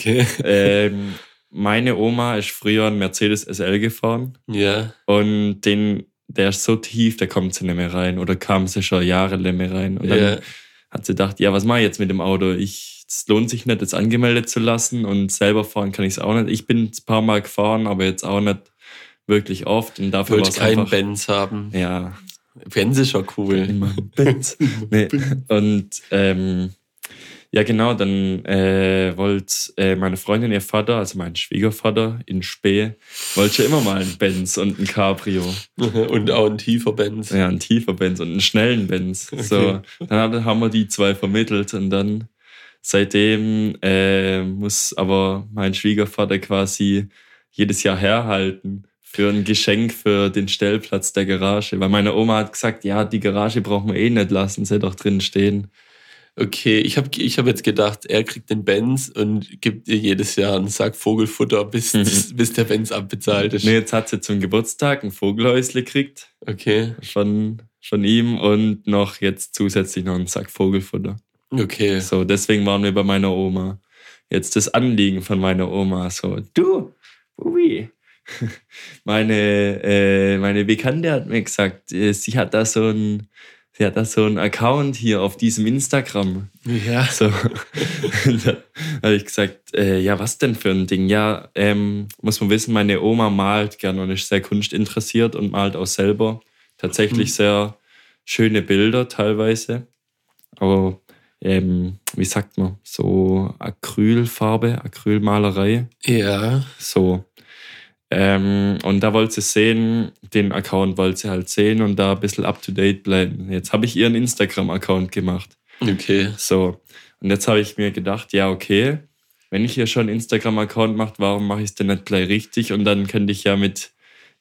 meine Oma ist früher einen Mercedes SL gefahren. Ja. Und der ist so tief, da kommt sie nicht mehr rein. Oder kam sie schon Jahre nicht mehr rein. Und dann hat sie gedacht, ja, was mache ich jetzt mit dem Auto? Es lohnt sich nicht, das angemeldet zu lassen. Und selber fahren kann ich es auch nicht. Ich bin ein paar Mal gefahren, aber jetzt auch nicht wirklich oft. Und dafür wollte keinen Benz haben. Ja. Benz ist schon cool. Immer Benz. Nee. Und ja, genau, dann wollte meine Freundin, ihr Vater, also mein Schwiegervater in Spee, wollte schon immer mal einen Benz und einen Cabrio. Und auch einen tiefer Benz. Ja, einen tiefer Benz und einen schnellen Benz. Okay. So, dann haben wir die zwei vermittelt und dann seitdem muss aber mein Schwiegervater quasi jedes Jahr herhalten für ein Geschenk für den Stellplatz der Garage. Weil meine Oma hat gesagt, ja, die Garage brauchen wir eh nicht lassen, soll doch drin stehen. Okay, ich hab jetzt gedacht, er kriegt den Benz und gibt ihr jedes Jahr einen Sack Vogelfutter, bis der Benz abbezahlt ist. Nee, jetzt hat sie zum Geburtstag ein Vogelhäusle gekriegt. Okay. Von ihm und noch jetzt zusätzlich noch einen Sack Vogelfutter. Okay. So, deswegen waren wir bei meiner Oma. Jetzt das Anliegen von meiner Oma. So, du, Bubi. Meine Bekannte hat mir gesagt, sie hat da so ein Account hier auf diesem Instagram. Ja. So. Da habe ich gesagt, ja, was denn für ein Ding? Ja, muss man wissen, meine Oma malt gern und ist sehr kunstinteressiert und malt auch selber. Tatsächlich sehr schöne Bilder teilweise. Aber wie sagt man? So Acrylmalerei. Ja. So. Und da wollte sie sehen, den Account wollte sie halt sehen und da ein bisschen up-to-date bleiben. Jetzt habe ich ihren Instagram-Account gemacht. Okay. So, und jetzt habe ich mir gedacht, ja, okay, wenn ich hier schon einen Instagram-Account mache, warum mache ich es denn nicht gleich richtig? Und dann könnte ich ja mit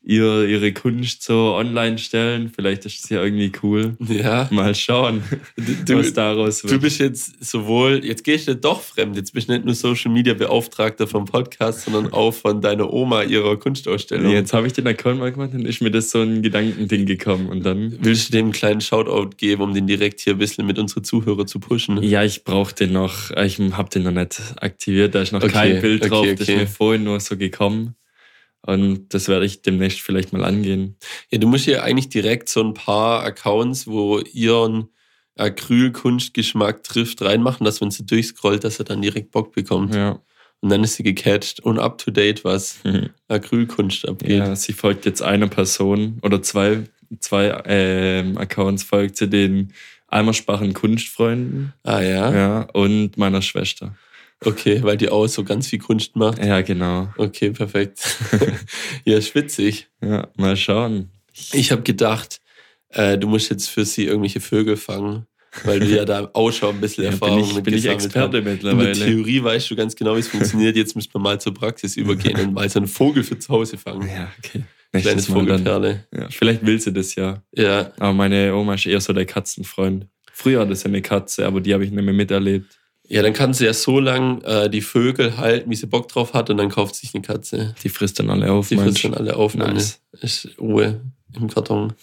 ihre Kunst so online stellen. Vielleicht ist es ja irgendwie cool. Ja. Mal schauen, was daraus wird. Du bist jetzt jetzt gehst du doch fremd. Jetzt bist du nicht nur Social Media Beauftragter vom Podcast, sondern auch von deiner Oma ihrer Kunstausstellung. Jetzt habe ich den Account mal gemacht, dann ist mir das so ein Gedankending gekommen. Und dann willst du dem einen kleinen Shoutout geben, um den direkt hier ein bisschen mit unseren Zuhörern zu pushen? Ja, ich brauche den noch. Ich habe den noch nicht aktiviert. Da ist noch kein Bild drauf. Das ist mir vorhin nur so gekommen. Und das werde ich demnächst vielleicht mal angehen. Ja, du musst ja eigentlich direkt so ein paar Accounts, wo ihren Acrylkunstgeschmack trifft, reinmachen, dass wenn sie durchscrollt, dass er dann direkt Bock bekommt. Ja. Und dann ist sie gecatcht und up to date, was Acrylkunst abgeht. Ja, sie folgt jetzt einer Person oder zwei Accounts folgt sie den Eimerspachen Kunstfreunden. Ah ja? Ja, und meiner Schwester. Okay, weil die auch so ganz viel Kunst macht. Ja, genau. Okay, perfekt. Ja, ist witzig. Ja, mal schauen. Ich habe gedacht, du musst jetzt für sie irgendwelche Vögel fangen, weil du ja da auch schon ein bisschen Erfahrung mit bin ich Experte mittlerweile. In der Theorie weißt du ganz genau, wie es funktioniert. Jetzt müssen wir mal zur Praxis übergehen und mal so einen Vogel für zu Hause fangen. Ja, okay. Kleines Vogelperle. Ja, vielleicht will sie das ja. Ja. Aber meine Oma ist eher so der Katzenfreund. Früher hatte sie eine Katze, aber die habe ich nicht mehr miterlebt. Ja, dann kann sie ja so lange die Vögel halten, wie sie Bock drauf hat, und dann kauft sie sich eine Katze. Die frisst dann alle auf. Die frisst dann alle auf. Nice. Ist Ruhe im Karton.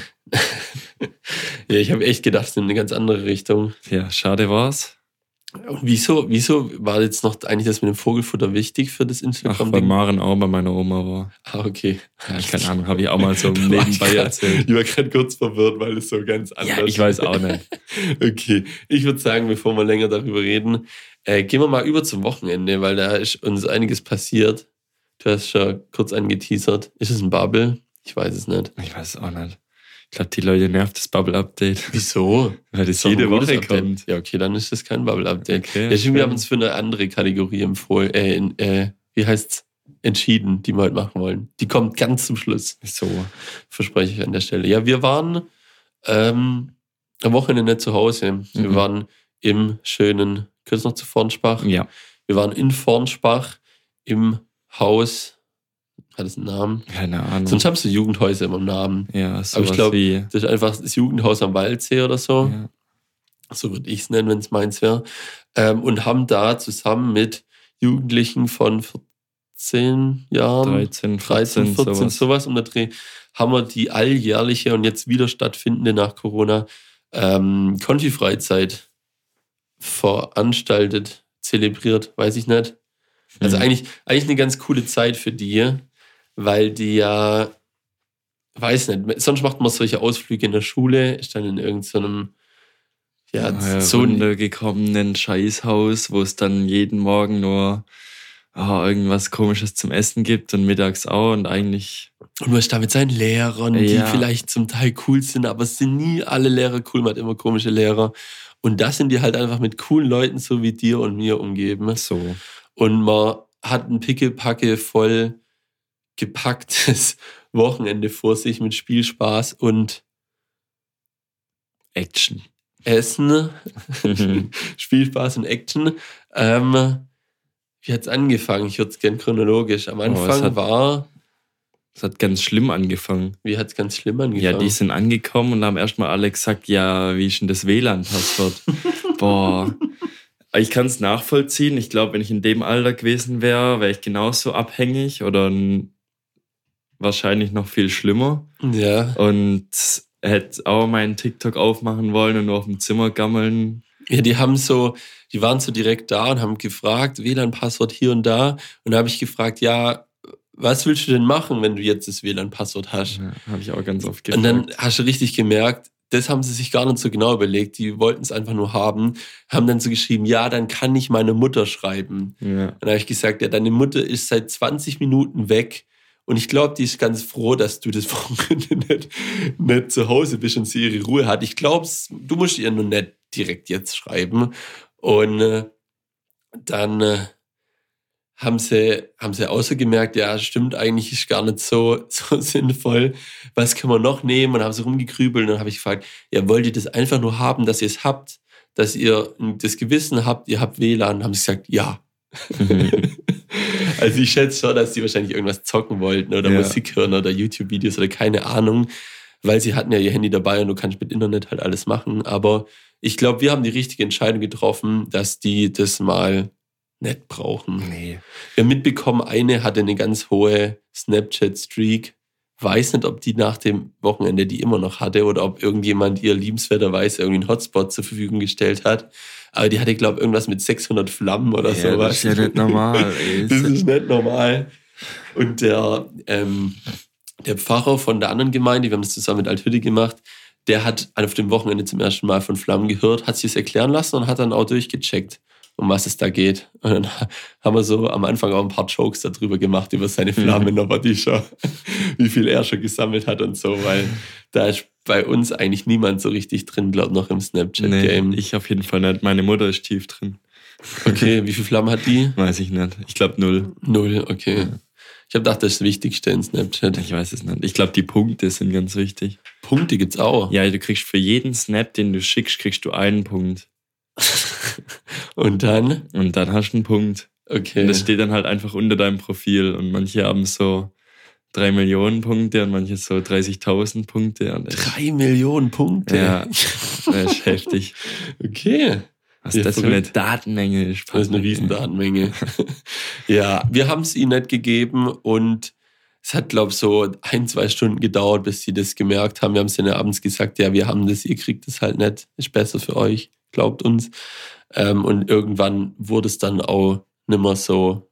Ja, ich habe echt gedacht, es nimmt eine ganz andere Richtung. Ja, schade war's. Und wieso war jetzt noch eigentlich das mit dem Vogelfutter wichtig für das Instagram-Ding? Weil Maren auch bei meiner Oma war. Ah, okay. Ja, keine Ahnung, habe ich auch mal so nebenbei erzählt. Ich war gerade kurz verwirrt, weil es so ganz anders ist. Ja, ich weiß auch nicht. Okay, ich würde sagen, bevor wir länger darüber reden, gehen wir mal über zum Wochenende, weil da ist uns einiges passiert. Du hast schon kurz angeteasert. Ist es ein Bubble? Ich weiß es nicht. Ich weiß es auch nicht. Ich glaube, die Leute nervt das Bubble-Update. Wieso? Weil das jede Woche kommt. Ja, okay, dann ist das kein Bubble-Update. Okay, ja, wir haben uns für eine andere Kategorie empfohlen. Wie heißt's? Entschieden, die wir heute machen wollen. Die kommt ganz zum Schluss. So. Verspreche ich an der Stelle. Ja, wir waren am Wochenende nicht zu Hause. Wir waren im schönen, gehört es noch zu Fornspach? Ja. Wir waren in Fornspach im Haus. Hat es einen Namen? Keine Ahnung. Sonst haben sie Jugendhäuser immer einen Namen. Ja, so. Aber ich glaube, das ist einfach das Jugendhaus am Waldsee oder so. Ja. So würde ich es nennen, wenn es meins wäre. Und haben da zusammen mit Jugendlichen von 14 Jahren, 13, 14 sowas um der Dreh, haben wir die alljährliche und jetzt wieder stattfindende nach Corona Konfi-Freizeit veranstaltet, zelebriert, weiß ich nicht. Also eigentlich eine ganz coole Zeit für die, weil die ja, weiß nicht, sonst macht man solche Ausflüge in der Schule, ist dann in irgendeinem so runtergekommenen Scheißhaus, wo es dann jeden Morgen nur irgendwas Komisches zum Essen gibt und mittags auch und eigentlich... Und du hast da mit seinen Lehrern, die vielleicht zum Teil cool sind, aber es sind nie alle Lehrer cool, man hat immer komische Lehrer. Und das sind die halt einfach mit coolen Leuten so wie dir und mir umgeben. So. Und man hat ein Pickelpacke voll gepacktes Wochenende vor sich mit Spielspaß und Action. Essen. Spielspaß und Action. Wie hat es angefangen? Ich würde es gerne chronologisch. Am Anfang es hat ganz schlimm angefangen. Wie hat es ganz schlimm angefangen? Ja, die sind angekommen und haben erstmal alle gesagt, ja, wie ist denn das WLAN-Passwort? Boah. Ich kann es nachvollziehen. Ich glaube, wenn ich in dem Alter gewesen wäre, wäre ich genauso abhängig oder wahrscheinlich noch viel schlimmer. Ja. Und hätte auch meinen TikTok aufmachen wollen und nur auf dem Zimmer gammeln. Ja, die waren so direkt da und haben gefragt, WLAN-Passwort hier und da. Und da habe ich gefragt, ja, was willst du denn machen, wenn du jetzt das WLAN-Passwort hast? Ja, habe ich auch ganz oft gefragt. Und dann hast du richtig gemerkt, das haben sie sich gar nicht so genau überlegt. Die wollten es einfach nur haben. Haben dann so geschrieben, ja, dann kann ich meine Mutter schreiben. Ja. Dann habe ich gesagt, ja, deine Mutter ist seit 20 Minuten weg. Und ich glaube, die ist ganz froh, dass du das Wochenende nicht zu Hause bist und sie ihre Ruhe hat. Ich glaube, du musst ihr nur nicht direkt jetzt schreiben. Und dann haben sie ausgemerkt, ja, stimmt, eigentlich ist gar nicht so sinnvoll. Was können wir noch nehmen? Und haben sie rumgekrübelt. Und dann habe ich gefragt, ja, wollt ihr das einfach nur haben, dass ihr es habt? Dass ihr das Gewissen habt, ihr habt WLAN? Und haben sie gesagt, ja, Also ich schätze schon, dass sie wahrscheinlich irgendwas zocken wollten oder Musik hören oder YouTube-Videos oder keine Ahnung, weil sie hatten ja ihr Handy dabei und du kannst mit Internet halt alles machen. Aber ich glaube, wir haben die richtige Entscheidung getroffen, dass die das mal nicht brauchen. Nee. Wir haben mitbekommen, eine hatte eine ganz hohe Snapchat-Streak. Weiß nicht, ob die nach dem Wochenende die immer noch hatte oder ob irgendjemand ihr liebenswerterweise irgendwie einen Hotspot zur Verfügung gestellt hat. Aber die hatte, glaube ich, irgendwas mit 600 Flammen oder sowas. Das ist ja nicht normal. Ey. Das ist nicht normal. Und der Pfarrer von der anderen Gemeinde, wir haben das zusammen mit Althütte gemacht, der hat auf dem Wochenende zum ersten Mal von Flammen gehört, hat sich das erklären lassen und hat dann auch durchgecheckt, um was es da geht. Und dann haben wir so am Anfang auch ein paar Jokes darüber gemacht, über seine Flammen, aber die schon, wie viel er schon gesammelt hat und so, weil da ist bei uns eigentlich niemand so richtig drin, glaube ich, noch im Snapchat-Game. Nee, ich auf jeden Fall nicht. Meine Mutter ist tief drin. Okay, wie viele Flammen hat die? Weiß ich nicht. Ich glaube 0. 0, okay. Ja. Ich habe gedacht, das ist das Wichtigste in Snapchat. Ich weiß es nicht. Ich glaube, die Punkte sind ganz wichtig. Punkte gibt's auch? Ja, du kriegst für jeden Snap, den du schickst, kriegst du einen Punkt. Und dann? Und dann hast du einen Punkt. Okay. Und das steht dann halt einfach unter deinem Profil. Und manche haben so 3 Millionen Punkte und manche so 30.000 Punkte. 3 Millionen Punkte? Ja, das ist heftig. Okay. Was das für eine Datenmenge ist. Das ist eine riesen Datenmenge. Ja, wir haben es ihnen nicht gegeben und es hat, glaube ich, so 1-2 Stunden gedauert, bis sie das gemerkt haben. Wir haben es ihnen abends gesagt, ja, wir haben das, ihr kriegt es halt nicht, ist besser für euch, glaubt uns. Und irgendwann wurde es dann auch nimmer so,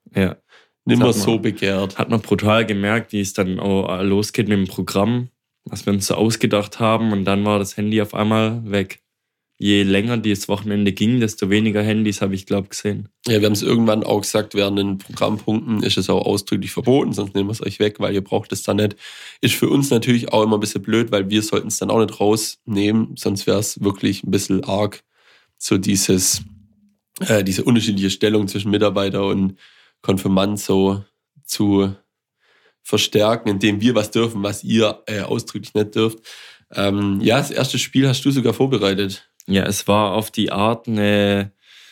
begehrt. Hat man brutal gemerkt, wie es dann auch losgeht mit dem Programm, was wir uns so ausgedacht haben und dann war das Handy auf einmal weg. Je länger dieses Wochenende ging, desto weniger Handys habe ich, glaube ich, gesehen. Ja, wir haben es irgendwann auch gesagt, während den Programmpunkten ist es auch ausdrücklich verboten, sonst nehmen wir es euch weg, weil ihr braucht es dann nicht. Ist für uns natürlich auch immer ein bisschen blöd, weil wir sollten es dann auch nicht rausnehmen, sonst wäre es wirklich ein bisschen arg, so diese unterschiedliche Stellung zwischen Mitarbeiter und Konfirmand so zu verstärken, indem wir was dürfen, was ihr ausdrücklich nicht dürft. Das erste Spiel hast du sogar vorbereitet. Ja, es war auf die Art eine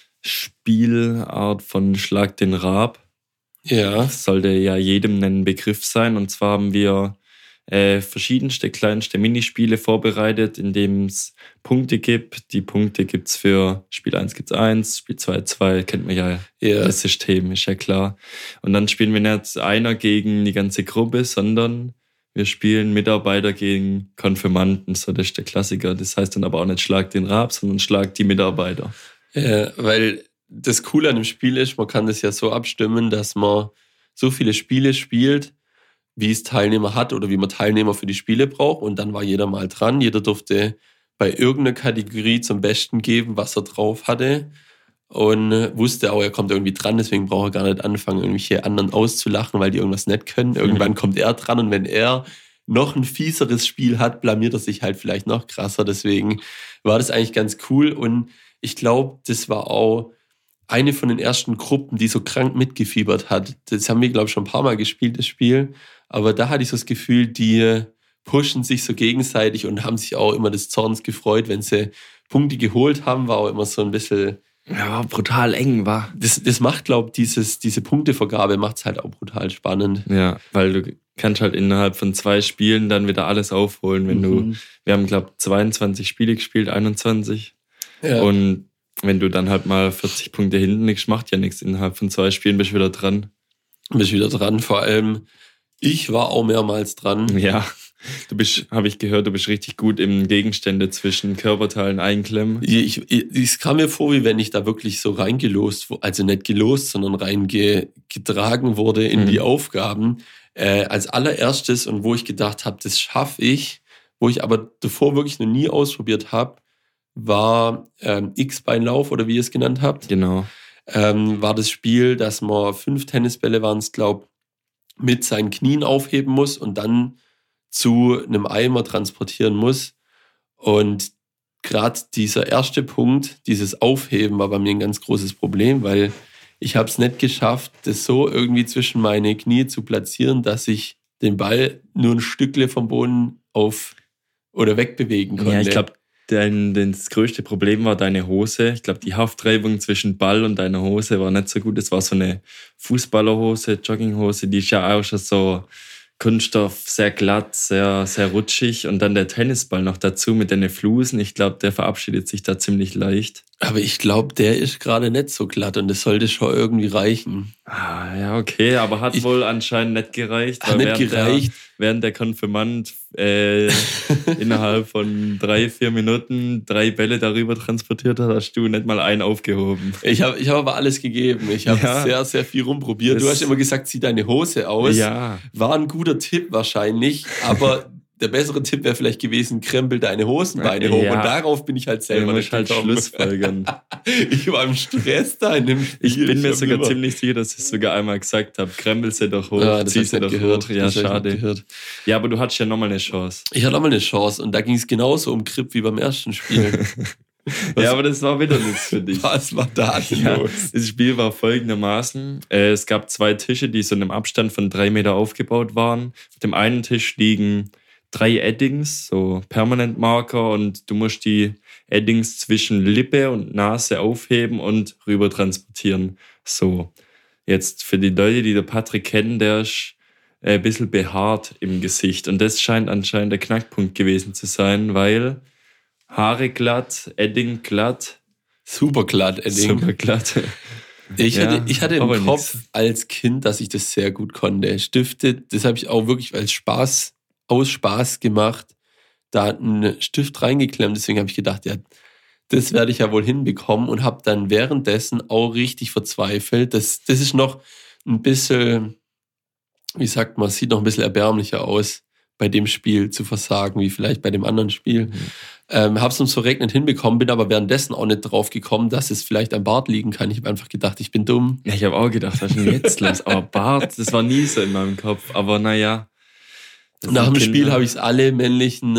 Spielart von Schlag den Raab. Ja. Das sollte ja jedem ein Begriff sein. Und zwar haben wir verschiedenste, kleinste Minispiele vorbereitet, in dem es Punkte gibt. Die Punkte gibt es für Spiel 1 gibt's 1, Spiel 2 2, kennt man ja. Das System, ist ja klar. Und dann spielen wir nicht einer gegen die ganze Gruppe, sondern wir spielen Mitarbeiter gegen Konfirmanden, so das ist der Klassiker. Das heißt dann aber auch nicht Schlag den Raab, sondern Schlag die Mitarbeiter. Ja, weil das Coole an dem Spiel ist, man kann das ja so abstimmen, dass man so viele Spiele spielt, wie es Teilnehmer hat oder wie man Teilnehmer für die Spiele braucht. Und dann war jeder mal dran. Jeder durfte bei irgendeiner Kategorie zum Besten geben, was er drauf hatte. Und wusste auch, er kommt irgendwie dran, deswegen braucht er gar nicht anfangen, irgendwelche anderen auszulachen, weil die irgendwas nicht können. Irgendwann kommt er dran und wenn er noch ein fieseres Spiel hat, blamiert er sich halt vielleicht noch krasser. Deswegen war das eigentlich ganz cool und ich glaube, das war auch eine von den ersten Gruppen, die so krank mitgefiebert hat. Das haben wir, glaube ich, schon ein paar Mal gespielt, das Spiel. Aber da hatte ich so das Gefühl, die pushen sich so gegenseitig und haben sich auch immer des Zorns gefreut, wenn sie Punkte geholt haben, war auch immer so ein bisschen... Ja, brutal eng war. Das macht, glaube ich, diese Punktevergabe macht es halt auch brutal spannend. Ja, weil du kannst halt innerhalb von 2 Spielen dann wieder alles aufholen. Wenn wir haben, glaube ich, 22 Spiele gespielt, 21. Ja. Und wenn du dann halt mal 40 Punkte hinten liegst, macht ja nichts. Innerhalb von 2 Spielen bist du wieder dran. Vor allem, ich war auch mehrmals dran. Ja. Habe ich gehört, du bist richtig gut im Gegenstände zwischen Körperteilen einklemmen. Es kam mir vor, wie wenn ich da wirklich so reingelost, also nicht gelost, sondern reingetragen wurde in die Aufgaben. Als allererstes und wo ich gedacht habe, das schaffe ich, wo ich aber davor wirklich noch nie ausprobiert habe, war X-Beinlauf oder wie ihr es genannt habt. Genau. War das Spiel, dass man 5 Tennisbälle waren es, glaube ich, mit seinen Knien aufheben muss und dann zu einem Eimer transportieren muss. Und gerade dieser erste Punkt, dieses Aufheben, war bei mir ein ganz großes Problem, weil ich habe es nicht geschafft, das so irgendwie zwischen meine Knie zu platzieren, dass ich den Ball nur ein Stückle vom Boden auf oder wegbewegen konnte. Ja, ich glaube, Das größte Problem war deine Hose. Ich glaube, die Haftreibung zwischen Ball und deiner Hose war nicht so gut. Es war so eine Fußballerhose, Jogginghose, die ist ja auch schon so Kunststoff, sehr glatt, sehr, sehr rutschig. Und dann der Tennisball noch dazu mit den Flusen. Ich glaube, der verabschiedet sich da ziemlich leicht. Aber ich glaube, der ist gerade nicht so glatt und das sollte schon irgendwie reichen. Ah, ja, okay, aber hat wohl anscheinend nicht gereicht. Hat nicht gereicht. Während der Konfirmand innerhalb von 3-4 Minuten 3 Bälle darüber transportiert hat, hast du nicht mal einen aufgehoben. Ich hab aber alles gegeben. Ich habe sehr, sehr viel rumprobiert. Du hast immer gesagt, zieh deine Hose aus. Ja. War ein guter Tipp wahrscheinlich, aber der bessere Tipp wäre vielleicht gewesen, krempel deine Hosenbeine hoch. Und darauf bin ich halt selber nicht gekommen. Schlussfolgern. Ich war im Stress da in dem Spiel. Ich bin mir sogar ziemlich sicher, dass ich es sogar einmal gesagt habe. Krempel sie doch hoch, zieh sie doch hoch. Ja, schade. Ja, aber du hattest ja nochmal eine Chance. Ich hatte nochmal eine Chance und da ging es genauso um Grip wie beim ersten Spiel. Ja, aber das war wieder nichts für dich. Was war da los? Das Spiel war folgendermaßen. Es gab 2 Tische, die so in einem Abstand von 3 Meter aufgebaut waren. Auf dem einen Tisch liegen 3 Eddings, so Permanentmarker, und du musst die Eddings zwischen Lippe und Nase aufheben und rüber transportieren. So, jetzt für die Leute, die der Patrick kennen, der ist ein bisschen behaart im Gesicht. Und das scheint anscheinend der Knackpunkt gewesen zu sein, weil Haare glatt, Edding glatt. Super glatt, Edding. Super glatt. Ich hatte im Kopf als Kind, dass ich das sehr gut konnte. Stifte, das habe ich auch wirklich aus Spaß gemacht, da einen Stift reingeklemmt. Deswegen habe ich gedacht, ja, das werde ich ja wohl hinbekommen und habe dann währenddessen auch richtig verzweifelt. Das ist noch ein bisschen, wie sagt man, sieht noch ein bisschen erbärmlicher aus, bei dem Spiel zu versagen, wie vielleicht bei dem anderen Spiel. Habe es uns so recht nicht hinbekommen, bin aber währenddessen auch nicht drauf gekommen, dass es vielleicht am Bart liegen kann. Ich habe einfach gedacht, ich bin dumm. Ja, ich habe auch gedacht, was ist denn jetzt los? Aber Bart, das war nie so in meinem Kopf. Aber naja. Nach dem Spiel habe ich es alle männlichen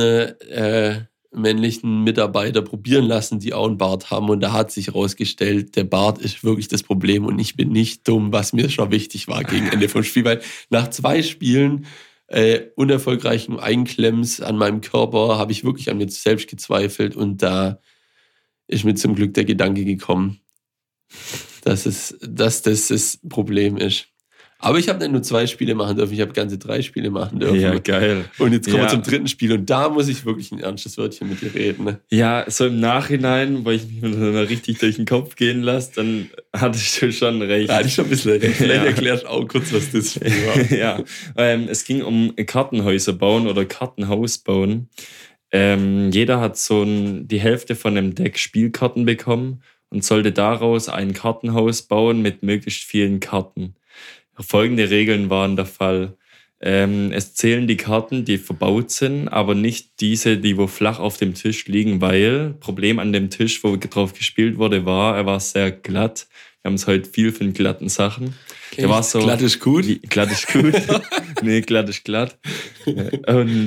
Mitarbeiter probieren lassen, die auch einen Bart haben. Und da hat sich herausgestellt, der Bart ist wirklich das Problem und ich bin nicht dumm, was mir schon wichtig war gegen Ende vom Spiel. Weil nach 2 Spielen unerfolgreichen Einklemms an meinem Körper habe ich wirklich an mir selbst gezweifelt und da ist mir zum Glück der Gedanke gekommen, dass das Problem ist. Aber ich habe nicht nur 2 Spiele machen dürfen, ich habe ganze 3 Spiele machen dürfen. Ja, geil. Und jetzt kommen wir zum 3. Spiel und da muss ich wirklich ein ernstes Wörtchen mit dir reden. Ne? Ja, so im Nachhinein, wo ich mich mal richtig durch den Kopf gehen lasse, dann hattest du schon recht. Da hatte ich schon ein bisschen recht. Vielleicht erklärst du auch kurz, was das Spiel war. Ja, es ging um Kartenhäuser bauen oder Kartenhaus bauen. Jeder hat die Hälfte von einem Deck Spielkarten bekommen und sollte daraus ein Kartenhaus bauen mit möglichst vielen Karten. Folgende Regeln waren der Fall. Es zählen die Karten, die verbaut sind, aber nicht diese, die wo flach auf dem Tisch liegen, weil Problem an dem Tisch, wo drauf gespielt wurde, er war sehr glatt. Wir haben es heute viel von glatten Sachen. Okay. Der war so, glatt ist gut? Glatt ist gut. Nee, glatt ist glatt. Und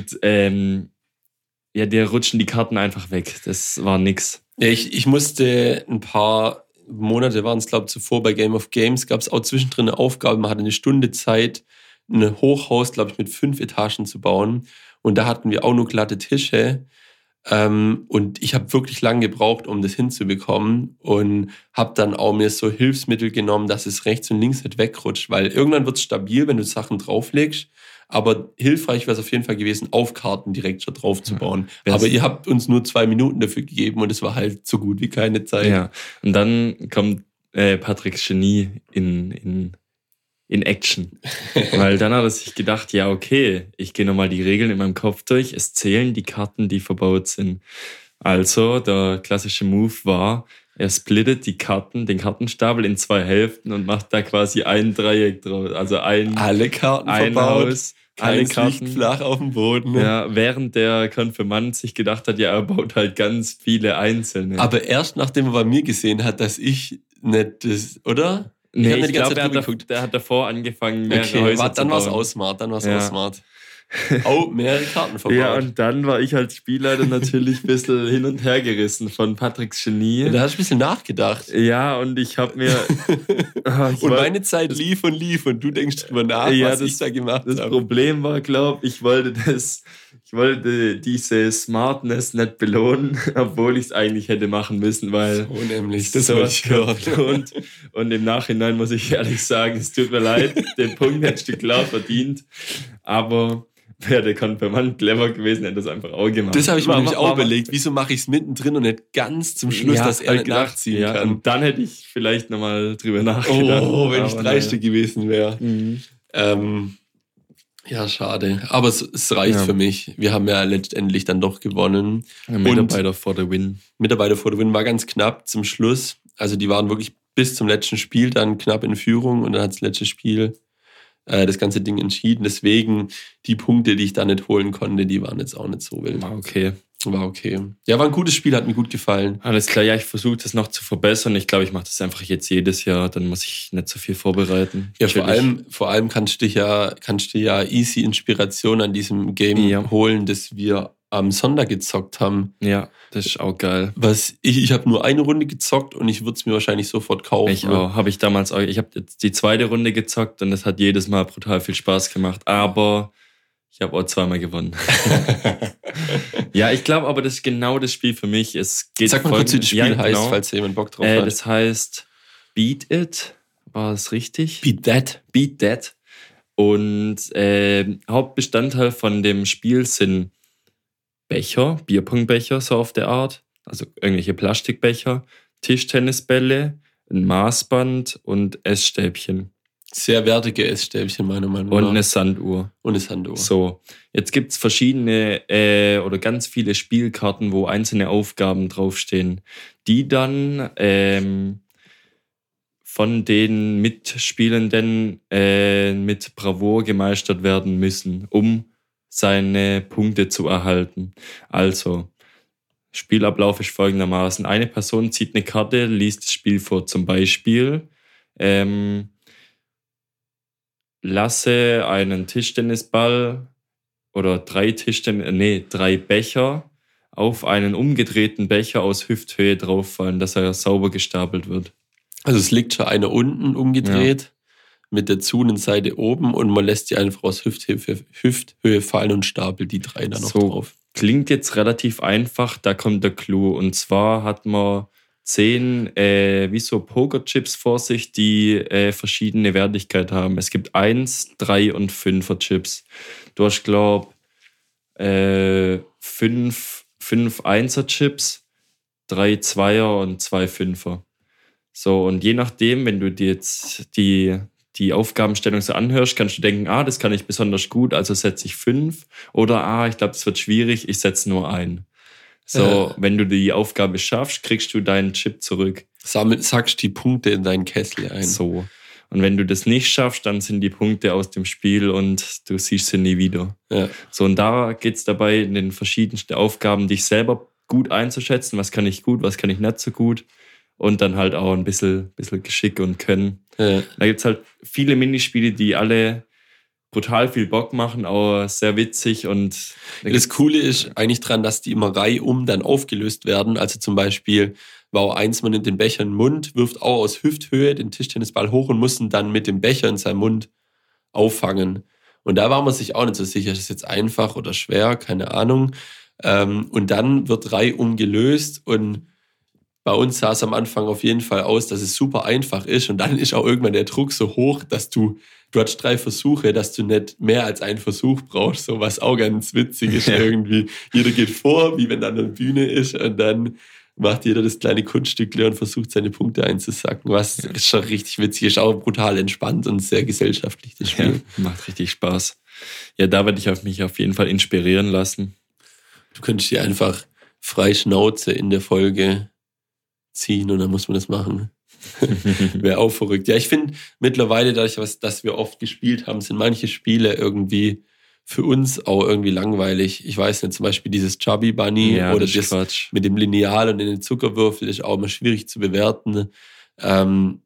dir rutschen die Karten einfach weg. Das war nix. Ja, ich musste ein paar Monate waren es, glaube ich, zuvor bei Game of Games, gab es auch zwischendrin eine Aufgabe, man hatte eine Stunde Zeit, ein Hochhaus, glaube ich, mit 5 Etagen zu bauen. Und da hatten wir auch nur glatte Tische. Und ich habe wirklich lange gebraucht, um das hinzubekommen. Und habe dann auch mir so Hilfsmittel genommen, dass es rechts und links nicht wegrutscht. Weil irgendwann wird es stabil, wenn du Sachen drauflegst. Aber hilfreich wäre es auf jeden Fall gewesen, auf Karten direkt schon drauf zu bauen. Ja. Aber ihr habt uns nur 2 Minuten dafür gegeben und es war halt so gut wie keine Zeit. Ja, und dann kommt Patricks Genie in Action. Weil dann hat er sich gedacht, ja okay, ich gehe nochmal die Regeln in meinem Kopf durch. Es zählen die Karten, die verbaut sind. Also der klassische Move war, er splittet den Kartenstapel in 2 Hälften und macht da quasi ein Dreieck draus. Also alle Karten verbaut, Haus, alle Karten liegt flach auf dem Boden. Ne? Ja, während der Konfirmand sich gedacht hat, ja, er baut halt ganz viele einzelne. Aber erst nachdem er bei mir gesehen hat, dass ich nicht das, oder? Nee, ich glaube, der hat davor angefangen, mehrere Häuser zu bauen. Dann war es auch smart. Auch mehrere Karten verbaut. Ja, und dann war ich als Spielleiter natürlich ein bisschen hin und her gerissen von Patricks Genie. Ja, da hast du ein bisschen nachgedacht. Ja, und ich habe mir... meine Zeit lief und du denkst drüber nach, was ich da gemacht habe. Das Problem war, glaube ich, wollte das Ich wollte diese Smartness nicht belohnen, obwohl ich es eigentlich hätte machen müssen, weil So nämlich, das wollte ich hören. Und im Nachhinein muss ich ehrlich sagen, es tut mir leid, den Punkt hättest du klar verdient, aber wäre der Konfirmand clever gewesen, hätte das einfach auch gemacht. Das habe ich mir nämlich auch überlegt. Wieso mache ich es mittendrin und nicht ganz zum Schluss, dass er nicht nachziehen kann? Und dann hätte ich vielleicht nochmal drüber nachgedacht. Oh, wenn ich Dreiste gewesen wäre. Ja, schade. Aber es reicht für mich. Wir haben ja letztendlich dann doch gewonnen. Ja, Mitarbeiter for the win. Mitarbeiter for the win war ganz knapp zum Schluss. Also die waren wirklich bis zum letzten Spiel dann knapp in Führung und dann hat das letzte Spiel das ganze Ding entschieden. Deswegen die Punkte, die ich da nicht holen konnte, die waren jetzt auch nicht so wild. War okay. Ja, war ein gutes Spiel, hat mir gut gefallen. Alles klar, ja, ich versuche das noch zu verbessern. Ich glaube, ich mache das einfach jetzt jedes Jahr, dann muss ich nicht so viel vorbereiten. Ja, vor allem kannst du ja easy Inspiration an diesem Game holen, das wir am Sonntag gezockt haben. Ja, das ist auch geil. Ich habe nur eine Runde gezockt und ich würde es mir wahrscheinlich sofort kaufen. Ich auch, habe ich damals auch. Ich habe jetzt die zweite Runde gezockt und das hat jedes Mal brutal viel Spaß gemacht, aber ich habe auch zweimal gewonnen. Ja, ich glaube aber, das ist genau das Spiel für mich. Sag mal kurz, wie das Spiel heißt, falls jemand Bock drauf hat. Das heißt Beat It. War es richtig? Beat That. Und Hauptbestandteil von dem Spiel sind Becher, Bierpongbecher, so auf der Art. Also irgendwelche Plastikbecher, Tischtennisbälle, ein Maßband und Essstäbchen. Sehr wertige Essstäbchen, meiner Meinung nach. Und eine Sanduhr. So, jetzt gibt es verschiedene oder ganz viele Spielkarten, wo einzelne Aufgaben draufstehen, die dann von den Mitspielenden mit Bravour gemeistert werden müssen, um seine Punkte zu erhalten. Also, Spielablauf ist folgendermaßen. Eine Person zieht eine Karte, liest das Spiel vor. Zum Beispiel lasse einen Tischtennisball oder 3 Becher auf einen umgedrehten Becher aus Hüfthöhe drauffallen, dass er sauber gestapelt wird. Also es liegt schon einer unten umgedreht, mit der Zungenseite oben und man lässt die einfach aus Hüfthöhe fallen und stapelt die 3 dann noch drauf. Klingt jetzt relativ einfach, da kommt der Clou. Und zwar hat man 10 wie so Pokerchips vor sich, die verschiedene Wertigkeit haben. Es gibt 1, 3 und 5er Chips. Du hast, glaube ich, 5 1er Chips, 3 2er und 2 5er. So, und je nachdem, wenn du dir jetzt die Aufgabenstellung so anhörst, kannst du denken, das kann ich besonders gut, also setze ich 5. Oder, ich glaube, das wird schwierig, ich setze nur 1. So, wenn du die Aufgabe schaffst, kriegst du deinen Chip zurück. Sagst die Punkte in deinen Kessel ein. So. Und wenn du das nicht schaffst, dann sind die Punkte aus dem Spiel und du siehst sie nie wieder. Ja. So, und da geht es dabei, in den verschiedensten Aufgaben, dich selber gut einzuschätzen, was kann ich gut, was kann ich nicht so gut. Und dann halt auch ein bisschen Geschick und Können. Ja. Da gibt es halt viele Minispiele, die alle brutal viel Bock machen, auch sehr witzig. Und das Coole ist eigentlich dran, dass die immer reihum dann aufgelöst werden. Also zum Beispiel Wow 1, man nimmt den Becher in den Mund, wirft auch aus Hüfthöhe den Tischtennisball hoch und muss ihn dann mit dem Becher in seinem Mund auffangen. Und da war man sich auch nicht so sicher, ist das jetzt einfach oder schwer, keine Ahnung. Und dann wird reihum gelöst und bei uns sah es am Anfang auf jeden Fall aus, dass es super einfach ist und dann ist auch irgendwann der Druck so hoch, dass du hast 3 Versuche, dass du nicht mehr als einen Versuch brauchst, so was auch ganz witzig ist irgendwie. Jeder geht vor, wie wenn er an der Bühne ist und dann macht jeder das kleine Kunststück leer und versucht seine Punkte einzusacken, was ist schon richtig witzig ist, auch brutal entspannt und sehr gesellschaftlich, das Spiel. Ja, macht richtig Spaß. Ja, da werde ich mich auf jeden Fall inspirieren lassen. Du könntest dir einfach frei Schnauze in der Folge ziehen und dann muss man das machen. Wäre auch verrückt. Ja, ich finde mittlerweile, dadurch, dass wir oft gespielt haben, sind manche Spiele irgendwie für uns auch irgendwie langweilig. Ich weiß nicht, zum Beispiel dieses Chubby Bunny oder das Quatsch. Mit dem Lineal und den Zuckerwürfel ist auch immer schwierig zu bewerten. Und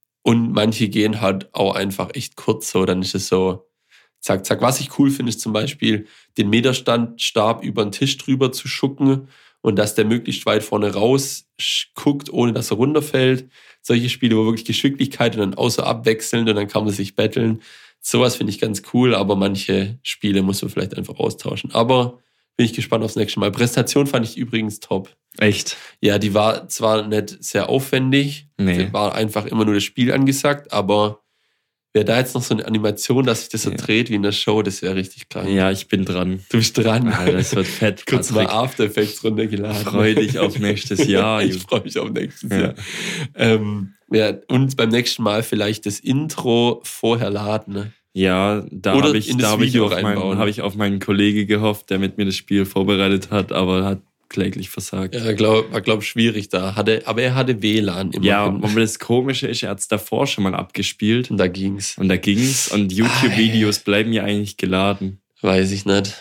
manche gehen halt auch einfach echt kurz so, dann ist es so zack, zack. Was ich cool finde, ist zum Beispiel den Meterstab über den Tisch drüber zu schucken und dass der möglichst weit vorne raus guckt, ohne dass er runterfällt. Solche Spiele, wo wirklich Geschicklichkeit und dann außer abwechselnd und dann kann man sich betteln. Sowas finde ich ganz cool, aber manche Spiele muss man vielleicht einfach austauschen. Aber Bin ich gespannt aufs nächste Mal. Präsentation fand ich übrigens top. Echt? Ja, die war zwar nicht sehr aufwendig, Nee. war einfach immer nur das Spiel angesagt, aber wäre da jetzt noch so eine Animation, dass sich das so dreht wie in der Show, das wäre richtig krank. Ja, ich bin dran. Du bist dran. Alter, das wird fett. Kurz mal Patrick. After Effects runtergeladen. Freu dich auf nächstes Jahr. Ich freue mich auf nächstes Jahr. Ja, und beim nächsten Mal vielleicht das Intro vorher laden. Ne? Ja, da Oder habe ich, in das da hab ich, Video auf reinbauen. hab ich auf meinen Kollege gehofft, der mit mir das Spiel vorbereitet hat, aber hat kläglich versagt. Ja, war, glaube ich, schwierig da. Aber er hatte WLAN immerhin. Ja, aber das Komische ist, er hat es davor schon mal abgespielt. Und da ging's. Und YouTube-Videos bleiben ja eigentlich geladen. Weiß ich nicht.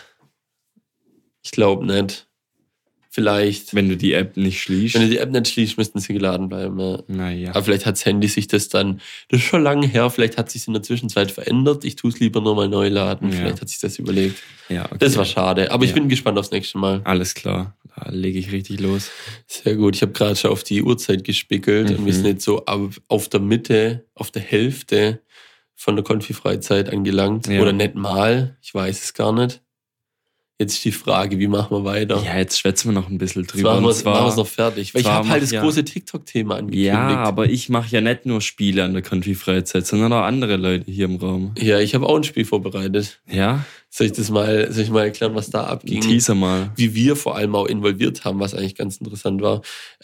Ich glaube nicht. Vielleicht. Wenn du die App nicht schließt. Wenn du die App nicht schließt, müssten sie geladen bleiben. Ja. Naja. Aber vielleicht hat das Handy sich das dann, das ist schon lange her, vielleicht hat sich es in der Zwischenzeit verändert. Ich tue es lieber nochmal neu laden. Ja. Vielleicht hat sich das überlegt. Ja, okay. Das war schade. Aber ich Ja. bin gespannt aufs nächste Mal. Alles klar. Da lege ich richtig los. Sehr gut. Ich habe gerade schon auf die Uhrzeit gespickelt und wir sind jetzt so auf der Mitte, auf der Hälfte von der Konfi-Freizeit angelangt. Ja. Oder nicht mal. Ich weiß es gar nicht. Jetzt ist die Frage, wie machen wir weiter? Ja, jetzt schwätzen wir noch ein bisschen Jetzt drüber. machen Und wir es noch fertig. Weil ich zwar habe halt mach das ja- große TikTok-Thema angekündigt. Ja, aber ich mache ja nicht nur Spiele an der Konfi-Freizeit, sondern auch andere Leute hier im Raum. Ja, ich habe auch ein Spiel vorbereitet. Ja? Soll ich mal erklären, was da abging? Teaser mal. Wie wir vor allem auch involviert haben, was eigentlich ganz interessant war.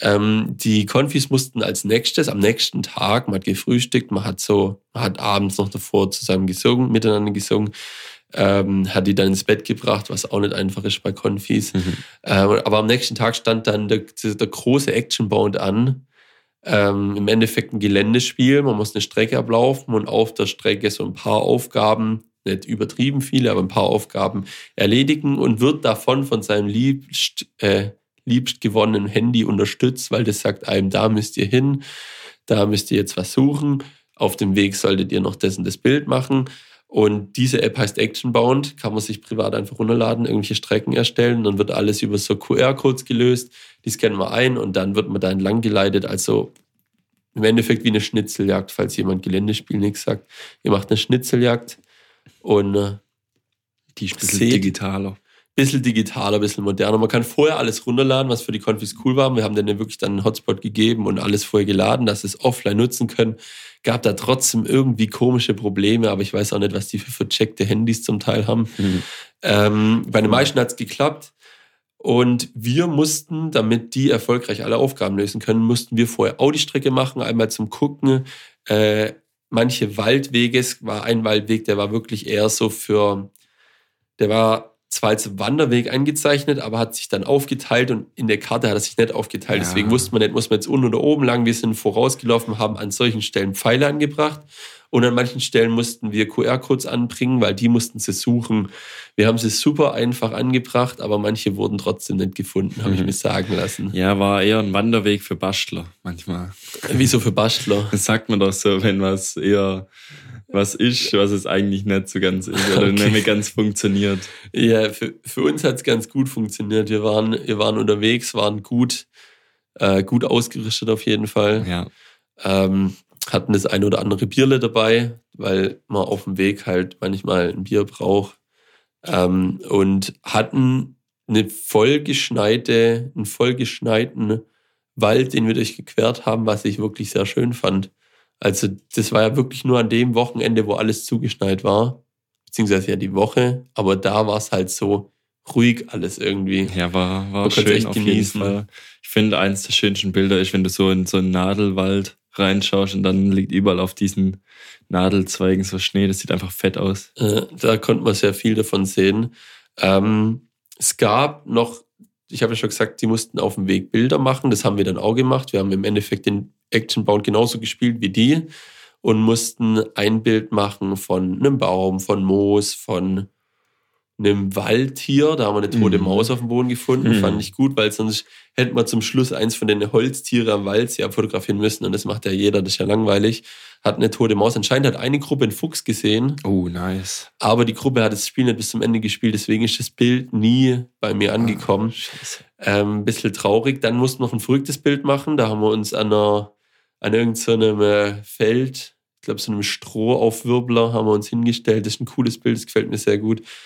Die Konfis mussten als nächstes, am nächsten Tag, man hat gefrühstückt, man hat abends noch davor zusammen miteinander gesungen, hat die dann ins Bett gebracht, was auch nicht einfach ist bei Konfis. Aber am nächsten Tag stand dann der große Actionbound an. Im Endeffekt ein Geländespiel, man muss eine Strecke ablaufen und auf der Strecke so ein paar Aufgaben, nicht übertrieben viele, aber ein paar Aufgaben erledigen und wird davon von seinem liebst gewonnenen Handy unterstützt, weil das sagt einem, da müsst ihr hin, da müsst ihr jetzt was suchen, auf dem Weg solltet ihr noch das und das Bild machen. Und diese App heißt Actionbound, kann man sich privat einfach runterladen, irgendwelche Strecken erstellen, dann wird alles über so QR-Codes gelöst, die scannen wir ein und dann wird man da entlang geleitet, also im Endeffekt wie eine Schnitzeljagd, falls jemand Geländespiel nichts sagt. Ihr macht eine Schnitzeljagd und Die ist ein bisschen digitaler. bisschen digitaler, bisschen moderner. Man kann vorher alles runterladen, was für die Konfis cool war. Wir haben denen wirklich dann einen Hotspot gegeben und alles vorher geladen, dass sie es offline nutzen können. Gab da trotzdem irgendwie komische Probleme, aber ich weiß auch nicht, was die für vercheckte Handys zum Teil haben. Bei den meisten hat es geklappt. Und wir mussten, damit die erfolgreich alle Aufgaben lösen können, mussten wir vorher Audi-Strecke machen, einmal zum Gucken. Manche Waldwege, es war ein Waldweg, der war wirklich eher so der war zwar als Wanderweg eingezeichnet, aber hat sich dann aufgeteilt und in der Karte hat er sich nicht aufgeteilt. Ja. Deswegen wusste man nicht, muss man jetzt unten oder oben lang. Wir sind vorausgelaufen, haben an solchen Stellen Pfeile angebracht und an manchen Stellen mussten wir QR-Codes anbringen, weil die mussten sie suchen. Wir haben sie super einfach angebracht, aber manche wurden trotzdem nicht gefunden, habe ich mir sagen lassen. Ja, war eher ein Wanderweg für Bastler manchmal. Wieso für Bastler? Das sagt man doch so, wenn was eher was ist, was es eigentlich nicht so ganz ist oder Okay. nicht mehr ganz funktioniert. Ja, für uns hat es ganz gut funktioniert. Wir waren unterwegs, waren gut ausgerüstet auf jeden Fall. Ja. Hatten das ein oder andere Bierle dabei, weil man auf dem Weg halt manchmal ein Bier braucht. Und hatten einen vollgeschneiten Wald, den wir durchgequert haben, was ich wirklich sehr schön fand. Also das war ja wirklich nur an dem Wochenende, wo alles zugeschneit war, beziehungsweise ja die Woche, aber da war es halt so ruhig alles irgendwie. Ja, war Man konnte schön echt auf genießen. jeden Fall. Ich finde, eins der schönsten Bilder ist, wenn du so in so einen Nadelwald reinschaust und dann liegt überall auf diesen Nadelzweigen so Schnee. Das sieht einfach fett aus. Da konnte man sehr viel davon sehen. Es gab noch, ich habe ja schon gesagt, die mussten auf dem Weg Bilder machen. Das haben wir dann auch gemacht. Wir haben im Endeffekt den Actionbound genauso gespielt wie die und mussten ein Bild machen von einem Baum, von Moos, von einem Waldtier. Da haben wir eine tote Maus auf dem Boden gefunden. Fand ich gut, weil sonst hätte man zum Schluss eins von den Holztieren am Wald sehr fotografieren müssen. Und das macht ja jeder, das ist ja langweilig. Hat eine tote Maus. Anscheinend hat eine Gruppe einen Fuchs gesehen. Oh, nice. Aber die Gruppe hat das Spiel nicht bis zum Ende gespielt. Deswegen ist das Bild nie bei mir angekommen. Scheiße. Ein bisschen traurig. Dann mussten wir noch ein verrücktes Bild machen. Da haben wir uns an irgendeinem Feld, ich glaube so einem Strohaufwirbler, haben wir uns hingestellt. Das ist ein cooles Bild, das gefällt mir sehr gut.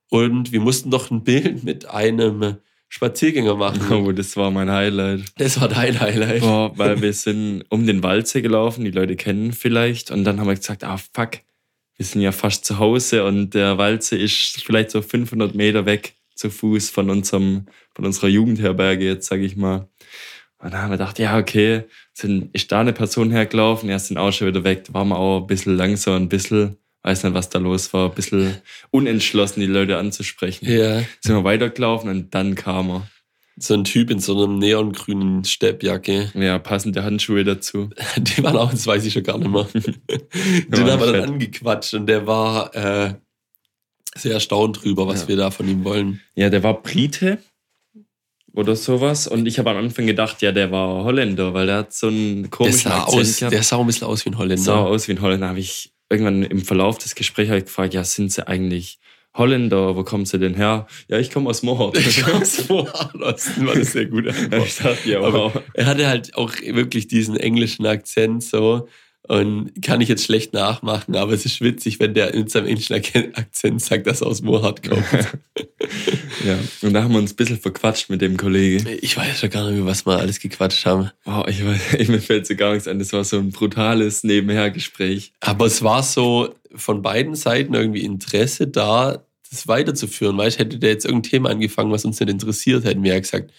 und wir mussten doch ein Bild mit einem Spaziergänger machen. Oh, das war mein Highlight. Das war dein Highlight. Boah, weil wir sind um den Waldsee gelaufen, die Leute kennen vielleicht. Und dann haben wir gesagt, fuck, wir sind ja fast zu Hause und der Waldsee ist vielleicht so 500 Meter weg zu Fuß von unserer Jugendherberge jetzt, sag ich mal. Und dann haben wir gedacht, ja, okay, ist da eine Person hergelaufen, sind auch schon wieder weg. Da waren wir auch ein bisschen langsam, ein bisschen, weiß nicht, was da los war, ein bisschen unentschlossen, die Leute anzusprechen. Ja. Sind wir weitergelaufen und dann kam er. So ein Typ in so einem neongrünen Steppjacke. Ja, passende Handschuhe dazu. Die waren auch, das weiß ich schon gar nicht mehr. Den haben wir dann angequatscht und der war sehr erstaunt drüber, was wir da von ihm wollen. Ja, der war Brite oder sowas und ich habe am Anfang gedacht, ja, der war Holländer, weil der hat so einen komischen Akzent gehabt. Der sah ein bisschen aus wie ein Holländer. Sah aus wie ein Holländer. Habe ich irgendwann im Verlauf des Gesprächs gefragt, ja, sind sie eigentlich Holländer, wo kommen sie denn her? Ja, ich komme aus Mohort. Ich komme aus Mohort, das war eine sehr gute Antwort. Ich dachte, ja, wow. Aber er hatte halt auch wirklich diesen englischen Akzent so und kann ich jetzt schlecht nachmachen, aber es ist witzig, wenn der in seinem englischen Akzent sagt, dass er aus Mohort kommt. Ja, und da haben wir uns ein bisschen verquatscht mit dem Kollegen. Ich weiß schon gar nicht mehr, was wir alles gequatscht haben. Wow, mir fällt so gar nichts ein. Das war so ein brutales Nebenhergespräch. Aber es war so von beiden Seiten irgendwie Interesse da, das weiterzuführen. Weißt du, hätte der jetzt irgendein Thema angefangen, was uns nicht interessiert, hätten wir ja gesagt,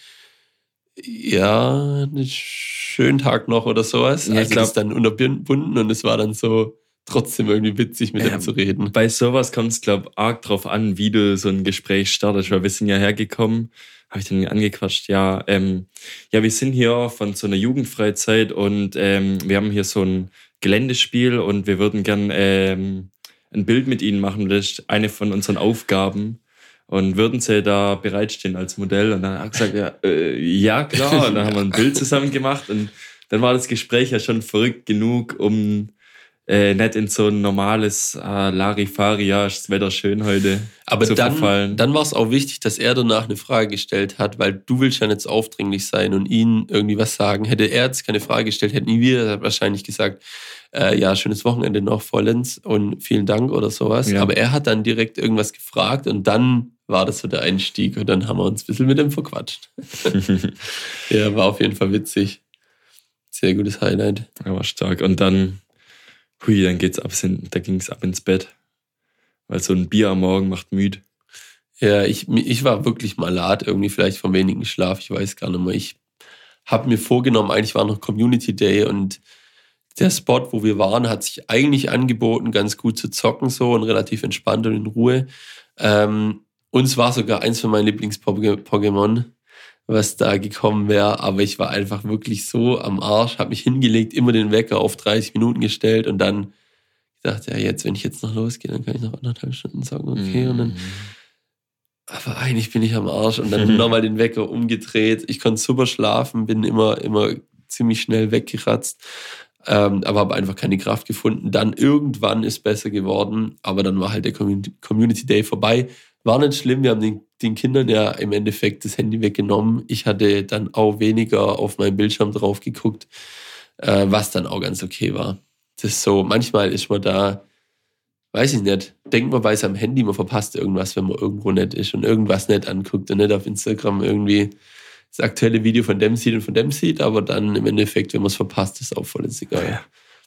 ja, einen schönen Tag noch oder sowas. Ja, also das ist dann unterbunden und es war dann so trotzdem irgendwie witzig, mit dem zu reden. Bei sowas kommt es, glaube ich, arg drauf an, wie du so ein Gespräch startest, weil wir sind ja hergekommen, habe ich dann angequatscht, ja, wir sind hier von so einer Jugendfreizeit und wir haben hier so ein Geländespiel und wir würden gern ein Bild mit ihnen machen, das ist eine von unseren Aufgaben. Und würden sie da bereitstehen als Modell? Und dann hat er gesagt, ja klar. Und dann haben wir ein Bild zusammen gemacht. Und dann war das Gespräch ja schon verrückt genug, um nicht in so ein normales Larifari, ja, ist das Wetter schön heute, aber zu verfallen. Dann war es auch wichtig, dass er danach eine Frage gestellt hat, weil du willst ja nicht so aufdringlich sein und ihn irgendwie was sagen. Hätte er jetzt keine Frage gestellt, hätten wir wahrscheinlich gesagt, ja, schönes Wochenende noch vollends und vielen Dank oder sowas. Ja. Aber er hat dann direkt irgendwas gefragt und dann war das so der Einstieg und dann haben wir uns ein bisschen mit ihm verquatscht. Ja, war auf jeden Fall witzig. Sehr gutes Highlight. Ja, war stark. Und dann dann ging es ab ins Bett. Weil so ein Bier am Morgen macht müde. Ja, ich war wirklich malat, irgendwie vielleicht vom wenigen Schlaf, ich weiß gar nicht mehr. Ich habe mir vorgenommen, eigentlich war noch Community Day und der Spot, wo wir waren, hat sich eigentlich angeboten, ganz gut zu zocken so und relativ entspannt und in Ruhe. Und es war sogar eins von meinen Lieblings-Pokémon, was da gekommen wäre, aber ich war einfach wirklich so am Arsch, habe mich hingelegt, immer den Wecker auf 30 Minuten gestellt und dann dachte, ja, jetzt, wenn ich jetzt noch losgehe, dann kann ich noch 1,5 Stunden zocken, okay, und dann, aber eigentlich bin ich am Arsch und dann nochmal den Wecker umgedreht. Ich konnte super schlafen, bin immer ziemlich schnell weggeratzt, aber habe einfach keine Kraft gefunden. Dann irgendwann ist besser geworden, aber dann war halt der Community Day vorbei. War nicht schlimm, wir haben den Kindern ja im Endeffekt das Handy weggenommen. Ich hatte dann auch weniger auf meinen Bildschirm drauf geguckt, was dann auch ganz okay war. Das ist so, manchmal ist man da, weiß ich nicht, denkt man bei seinem Handy, man verpasst irgendwas, wenn man irgendwo nicht ist und irgendwas nicht anguckt und nicht auf Instagram irgendwie das aktuelle Video von dem sieht und von dem sieht, aber dann im Endeffekt, wenn man es verpasst, ist auch voll egal.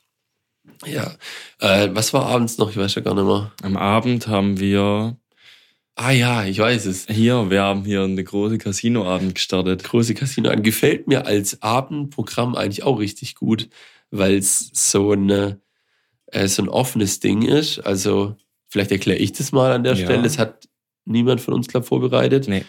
Ja. Was war abends noch? Ich weiß ja gar nicht mehr. Am Abend haben wir... Ah ja, ich weiß es. Wir haben hier eine große Casinoabend gestartet. Große Casinoabend. Gefällt mir als Abendprogramm eigentlich auch richtig gut, weil es so ein offenes Ding ist. Also vielleicht erkläre ich das mal an der Stelle. Das hat niemand von uns, glaube ich, vorbereitet. Nee.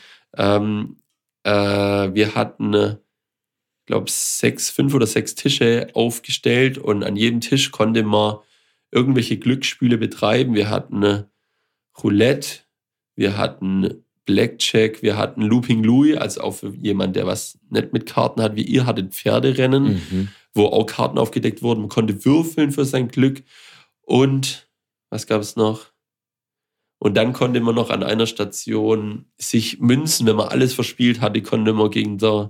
Wir hatten, ich glaube, 5 oder 6 Tische aufgestellt und an jedem Tisch konnte man irgendwelche Glücksspiele betreiben. Wir hatten Roulette, wir hatten Blackjack, wir hatten Looping Louis, also auch für jemanden, der was nicht mit Karten hat, wie ihr hattet Pferderennen, wo auch Karten aufgedeckt wurden. Man konnte würfeln für sein Glück. Und was gab es noch? Und dann konnte man noch an einer Station sich münzen, wenn man alles verspielt hatte, konnte man gegen der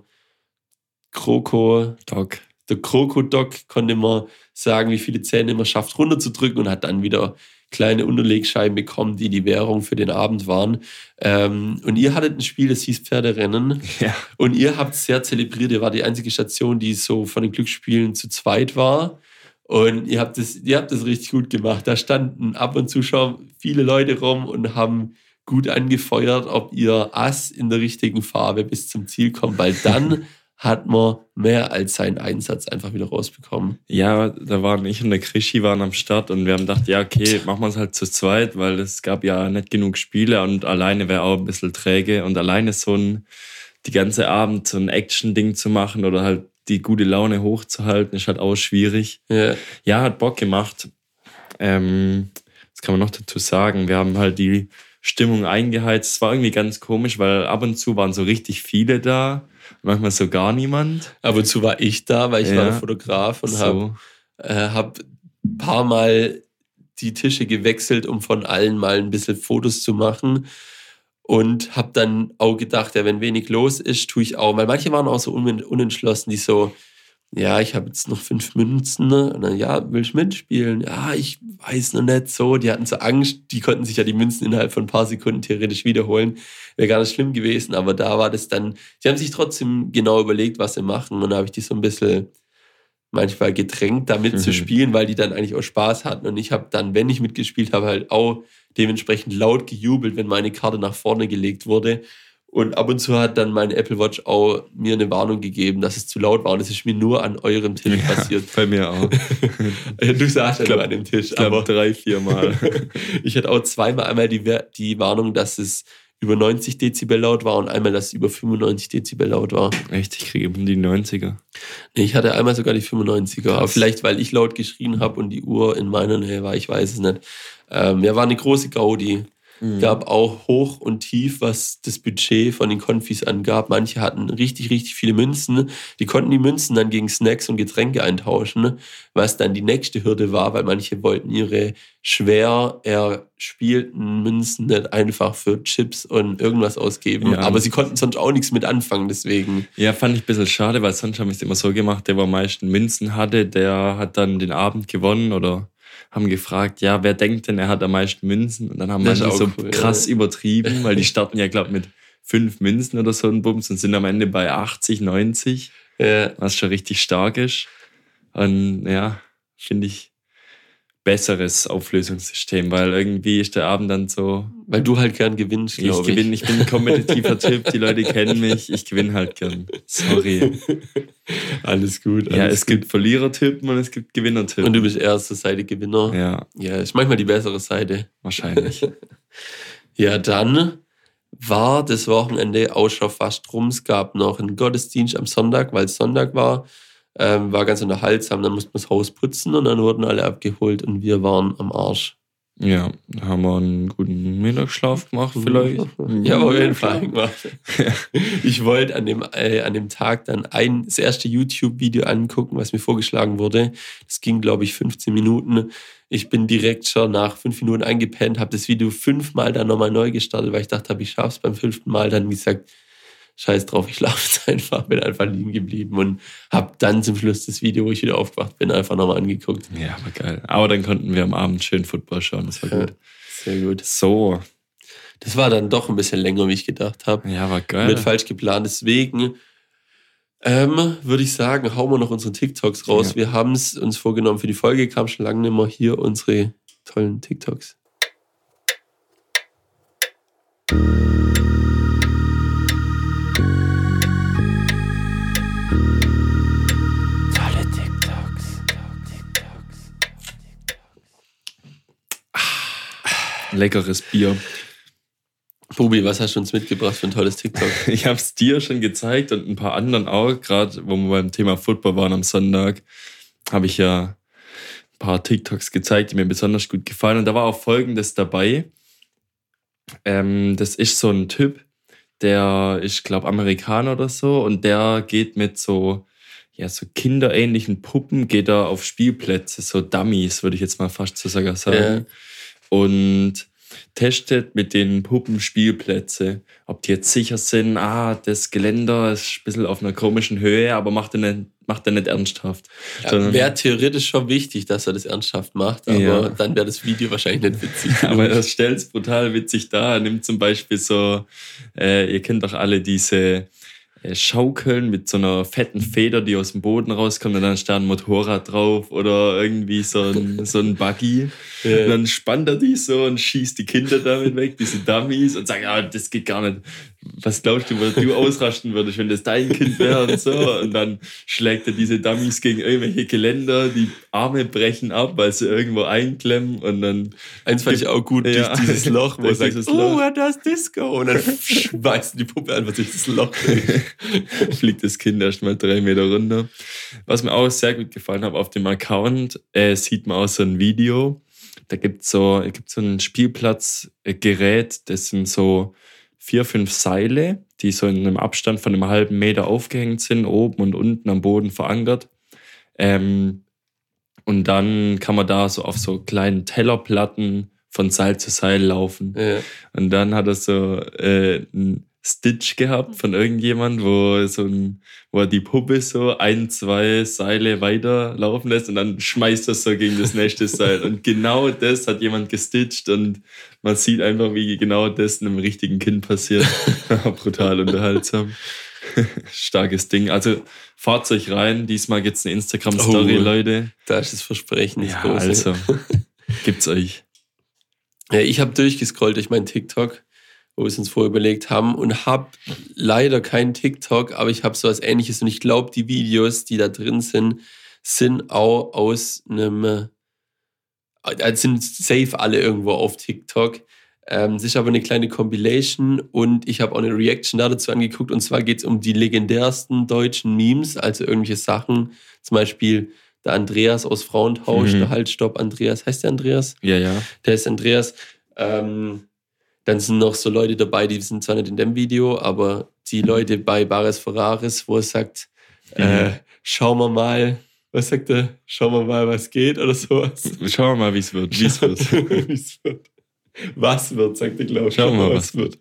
Krokodok konnte man sagen, wie viele Zähne man schafft, runterzudrücken und hat dann wieder kleine Unterlegscheiben bekommen, die die Währung für den Abend waren. Und ihr hattet ein Spiel, das hieß Pferderennen. Ja. Und ihr habt es sehr zelebriert. Ihr war die einzige Station, die so von den Glücksspielen zu zweit war. Und ihr habt das richtig gut gemacht. Da standen ab und zu schon viele Leute rum und haben gut angefeuert, ob ihr Ass in der richtigen Farbe bis zum Ziel kommt, weil dann hat man mehr als seinen Einsatz einfach wieder rausbekommen. Ja, da waren ich und der Krischi waren am Start und wir haben gedacht, ja okay, machen wir es halt zu zweit, weil es gab ja nicht genug Spiele und alleine wäre auch ein bisschen träge und alleine die ganze Abend so ein Action-Ding zu machen oder halt die gute Laune hochzuhalten, ist halt auch schwierig. Ja, hat Bock gemacht. Was kann man noch dazu sagen? Wir haben halt die Stimmung eingeheizt. Es war irgendwie ganz komisch, weil ab und zu waren so richtig viele da, manchmal so gar niemand. Ab und zu war ich da, weil ich war der Fotograf und hab ein paar Mal die Tische gewechselt, um von allen mal ein bisschen Fotos zu machen. Und habe dann auch gedacht, ja, wenn wenig los ist, tue ich auch. Weil manche waren auch so unentschlossen, die so, ja, ich habe jetzt noch 5 Münzen. Ne? Und dann, ja, willst du mitspielen? Ja, ich weiß noch nicht so. Die hatten so Angst, die konnten sich ja die Münzen innerhalb von ein paar Sekunden theoretisch wiederholen. Wäre gar nicht schlimm gewesen, aber da war das dann, sie haben sich trotzdem genau überlegt, was sie machen. Und da habe ich die so ein bisschen manchmal gedrängt, da mitzuspielen, weil die dann eigentlich auch Spaß hatten. Und ich habe dann, wenn ich mitgespielt habe, halt auch dementsprechend laut gejubelt, wenn meine Karte nach vorne gelegt wurde. Und ab und zu hat dann meine Apple Watch auch mir eine Warnung gegeben, dass es zu laut war. Und das ist mir nur an eurem Tisch passiert. Bei mir auch. Du saßt ja nur an dem Tisch. Ich glaube 3-4 Mal. Ich hatte auch zweimal einmal die Warnung, dass es über 90 Dezibel laut war und einmal, dass es über 95 Dezibel laut war. Echt? Ich kriege eben die 90er. Nee, ich hatte einmal sogar die 95er. Krass. Aber vielleicht, weil ich laut geschrien habe und die Uhr in meiner Nähe war, ich weiß es nicht. Ja, war eine große Gaudi. Gab auch hoch und tief, was das Budget von den Konfis angab. Manche hatten richtig, richtig viele Münzen. Die konnten die Münzen dann gegen Snacks und Getränke eintauschen, was dann die nächste Hürde war, weil manche wollten ihre schwer erspielten Münzen nicht einfach für Chips und irgendwas ausgeben. Ja. Aber sie konnten sonst auch nichts mit anfangen, deswegen. Ja, fand ich ein bisschen schade, weil sonst haben wir es immer so gemacht, der, wo am meisten Münzen hatte, der hat dann den Abend gewonnen oder haben gefragt, ja, wer denkt denn, er hat am meisten Münzen? Und dann haben manche so cool, krass übertrieben, weil die starten ja, glaube ich, mit 5 Münzen oder so ein Bums und sind am Ende bei 80, 90, was schon richtig stark ist. Und ja, finde ich besseres Auflösungssystem, weil irgendwie ist der Abend dann so... Weil du halt gern gewinnst, glaube ich. Ich bin ein kompetitiver Typ, die Leute kennen mich, ich gewinne halt gern. Sorry. Alles gut. Ja, es gibt Verlierertypen und es gibt Gewinnertypen. Und du bist erste Seite Gewinner. Ja. Ja, ist manchmal die bessere Seite. Wahrscheinlich. Ja, dann war das Wochenende auch schon fast rum. Es gab noch einen Gottesdienst am Sonntag, weil es Sonntag war. War ganz unterhaltsam, dann mussten wir das Haus putzen und dann wurden alle abgeholt und wir waren am Arsch. Ja, da haben wir einen guten Mittagsschlaf gemacht vielleicht. Ja, auf jeden Fall gemacht. Ich wollte an dem Tag dann das erste YouTube-Video angucken, was mir vorgeschlagen wurde. Das ging, glaube ich, 15 Minuten. Ich bin direkt schon nach 5 Minuten eingepennt, habe das Video 5-mal dann nochmal neu gestartet, weil ich dachte, ich schaff's beim 5. Mal. Dann, wie gesagt, scheiß drauf, ich schlafe jetzt einfach, bin einfach liegen geblieben und habe dann zum Schluss das Video, wo ich wieder aufgewacht bin, einfach nochmal angeguckt. Ja, war geil. Aber dann konnten wir am Abend schön Football schauen, das war gut. Sehr gut. So. Das war dann doch ein bisschen länger, wie ich gedacht habe. Ja, war geil. Mit falsch geplant, deswegen würde ich sagen, hauen wir noch unsere TikToks raus. Ja. Wir haben es uns vorgenommen für die Folge, kam schon lange nicht mehr hier unsere tollen TikToks. Leckeres Bier. Bubi, was hast du uns mitgebracht für ein tolles TikTok? Ich habe es dir schon gezeigt und ein paar anderen auch. Gerade, wo wir beim Thema Football waren am Sonntag, habe ich ja ein paar TikToks gezeigt, die mir besonders gut gefallen. Und da war auch Folgendes dabei. Das ist so ein Typ, der ist, glaube Amerikaner oder so. Und der geht mit so kinderähnlichen Puppen, geht er auf Spielplätze, so Dummies, würde ich jetzt mal fast so sagen. Ja. Und testet mit den Puppen Spielplätze, ob die jetzt sicher sind. Das Geländer ist ein bisschen auf einer komischen Höhe, aber macht dann macht er nicht ernsthaft. Ja, wäre theoretisch schon wichtig, dass er das ernsthaft macht, aber dann wäre das Video wahrscheinlich nicht witzig. Aber er stellt es brutal witzig dar. Er nimmt zum Beispiel so, ihr kennt doch alle diese Schaukeln mit so einer fetten Feder, die aus dem Boden rauskommt und dann steht ein Motorrad drauf oder irgendwie so ein Buggy. Ja. Und dann spannt er die so und schießt die Kinder damit weg, diese Dummies, und sagt, ja, das geht gar nicht. Was glaubst du, was du ausrasten würdest, wenn das dein Kind wäre und so? Und dann schlägt er diese Dummies gegen irgendwelche Geländer, die Arme brechen ab, weil sie irgendwo einklemmen und dann... Eins fand ich auch gut, durch dieses Loch, wo er sagt, oh, das Disco. Und dann schmeißt die Puppe einfach durch das Loch. Fliegt das Kind erstmal 3 Meter runter. Was mir auch sehr gut gefallen hat, auf dem Account sieht man auch so ein Video. Da gibt es so ein Spielplatzgerät, das sind so 4, 5 Seile, die so in einem Abstand von einem halben Meter aufgehängt sind, oben und unten am Boden verankert. Und dann kann man da so auf so kleinen Tellerplatten von Seil zu Seil laufen. Ja. Und dann hat er so einen Stitch gehabt von irgendjemand, wo er die Puppe so 1, 2 Seile weiterlaufen lässt und dann schmeißt er so gegen das nächste Seil. Und genau das hat jemand gestitcht und man sieht einfach, wie genau das einem richtigen Kind passiert. Brutal unterhaltsam. Starkes Ding. Also fahrt euch rein. Diesmal gibt's eine Instagram-Story, Leute. Da ist das Versprechen. Das große. Also gibt's euch. Ja, ich habe durchgescrollt durch meinen TikTok, wo wir es uns vorher überlegt haben, und habe leider keinen TikTok, aber ich habe sowas Ähnliches und ich glaube, die Videos, die da drin sind auch aus einem, sind safe alle irgendwo auf TikTok. Es ist aber eine kleine Compilation und ich habe auch eine Reaction dazu angeguckt, und zwar geht es um die legendärsten deutschen Memes, also irgendwelche Sachen, zum Beispiel der Andreas aus Frauentausch, der Halt, Stopp, Andreas, heißt der Andreas? Ja. Der ist Andreas. Dann sind noch so Leute dabei, die sind zwar nicht in dem Video, aber die Leute bei Bares Ferraris, wo er sagt, schauen wir mal, was sagt er? Schauen wir mal, was geht oder sowas. Schauen wir mal, wie es wird. Was wird, sagt er, glaube ich. Schauen wir mal, was wird.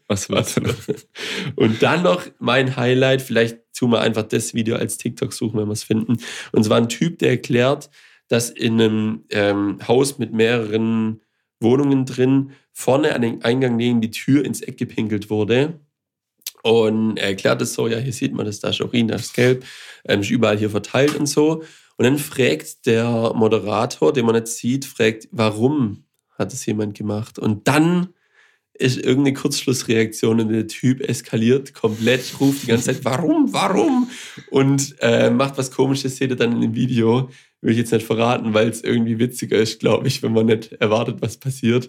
Und dann noch mein Highlight, vielleicht tun wir einfach das Video als TikTok suchen, wenn wir es finden. Und zwar ein Typ, der erklärt, dass in einem Haus mit mehreren Wohnungen drin vorne an den Eingang neben die Tür ins Eck gepinkelt wurde. Und er erklärt es so, ja, hier sieht man das, da ist Urin, da ist Gelb, ist überall hier verteilt und so. Und dann fragt der Moderator, den man nicht sieht, warum hat es jemand gemacht? Und dann ist irgendeine Kurzschlussreaktion und der Typ eskaliert komplett, ruft die ganze Zeit, warum? Und macht was Komisches, seht ihr dann in dem Video. Will ich jetzt nicht verraten, weil es irgendwie witziger ist, glaube ich, wenn man nicht erwartet, was passiert.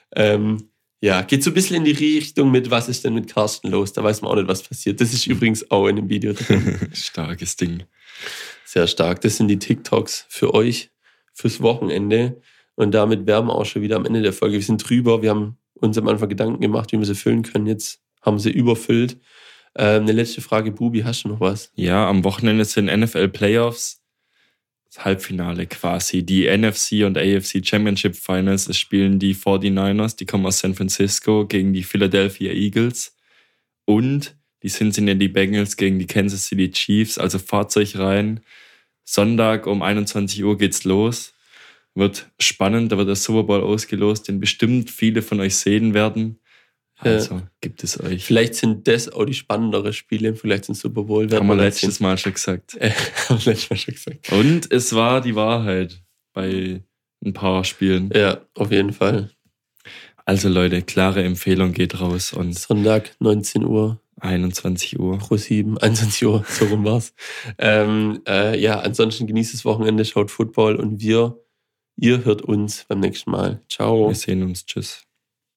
Geht so ein bisschen in die Richtung mit, was ist denn mit Carsten los? Da weiß man auch nicht, was passiert. Das ist übrigens auch in dem Video drin. Starkes Ding. Sehr stark. Das sind die TikToks für euch, fürs Wochenende. Und damit wären wir auch schon wieder am Ende der Folge. Wir sind drüber. Wir haben uns am Anfang Gedanken gemacht, wie wir sie füllen können. Jetzt haben sie überfüllt. Eine letzte Frage, Bubi, hast du noch was? Ja, am Wochenende sind NFL Playoffs. Das Halbfinale quasi. Die NFC und AFC Championship Finals. Es spielen die 49ers, die kommen aus San Francisco, gegen die Philadelphia Eagles. Und die Cincinnati Bengals gegen die Kansas City Chiefs. Also fahrt euch rein. Sonntag um 21 Uhr geht's los. Wird spannend, da wird der Super Bowl ausgelost, den bestimmt viele von euch sehen werden. Also gibt es euch. Vielleicht sind das auch die spannendere Spiele, vielleicht sind Super Bowl. Haben wir letztes Mal schon gesagt. Und es war die Wahrheit bei ein paar Spielen. Ja, auf jeden Fall. Also Leute, klare Empfehlung geht raus. Und Sonntag, 19 Uhr. 21 Uhr. Pro7, 21 Uhr, so rum war's. Ansonsten genießt das Wochenende, schaut Football und ihr hört uns beim nächsten Mal. Ciao. Wir sehen uns. Tschüss.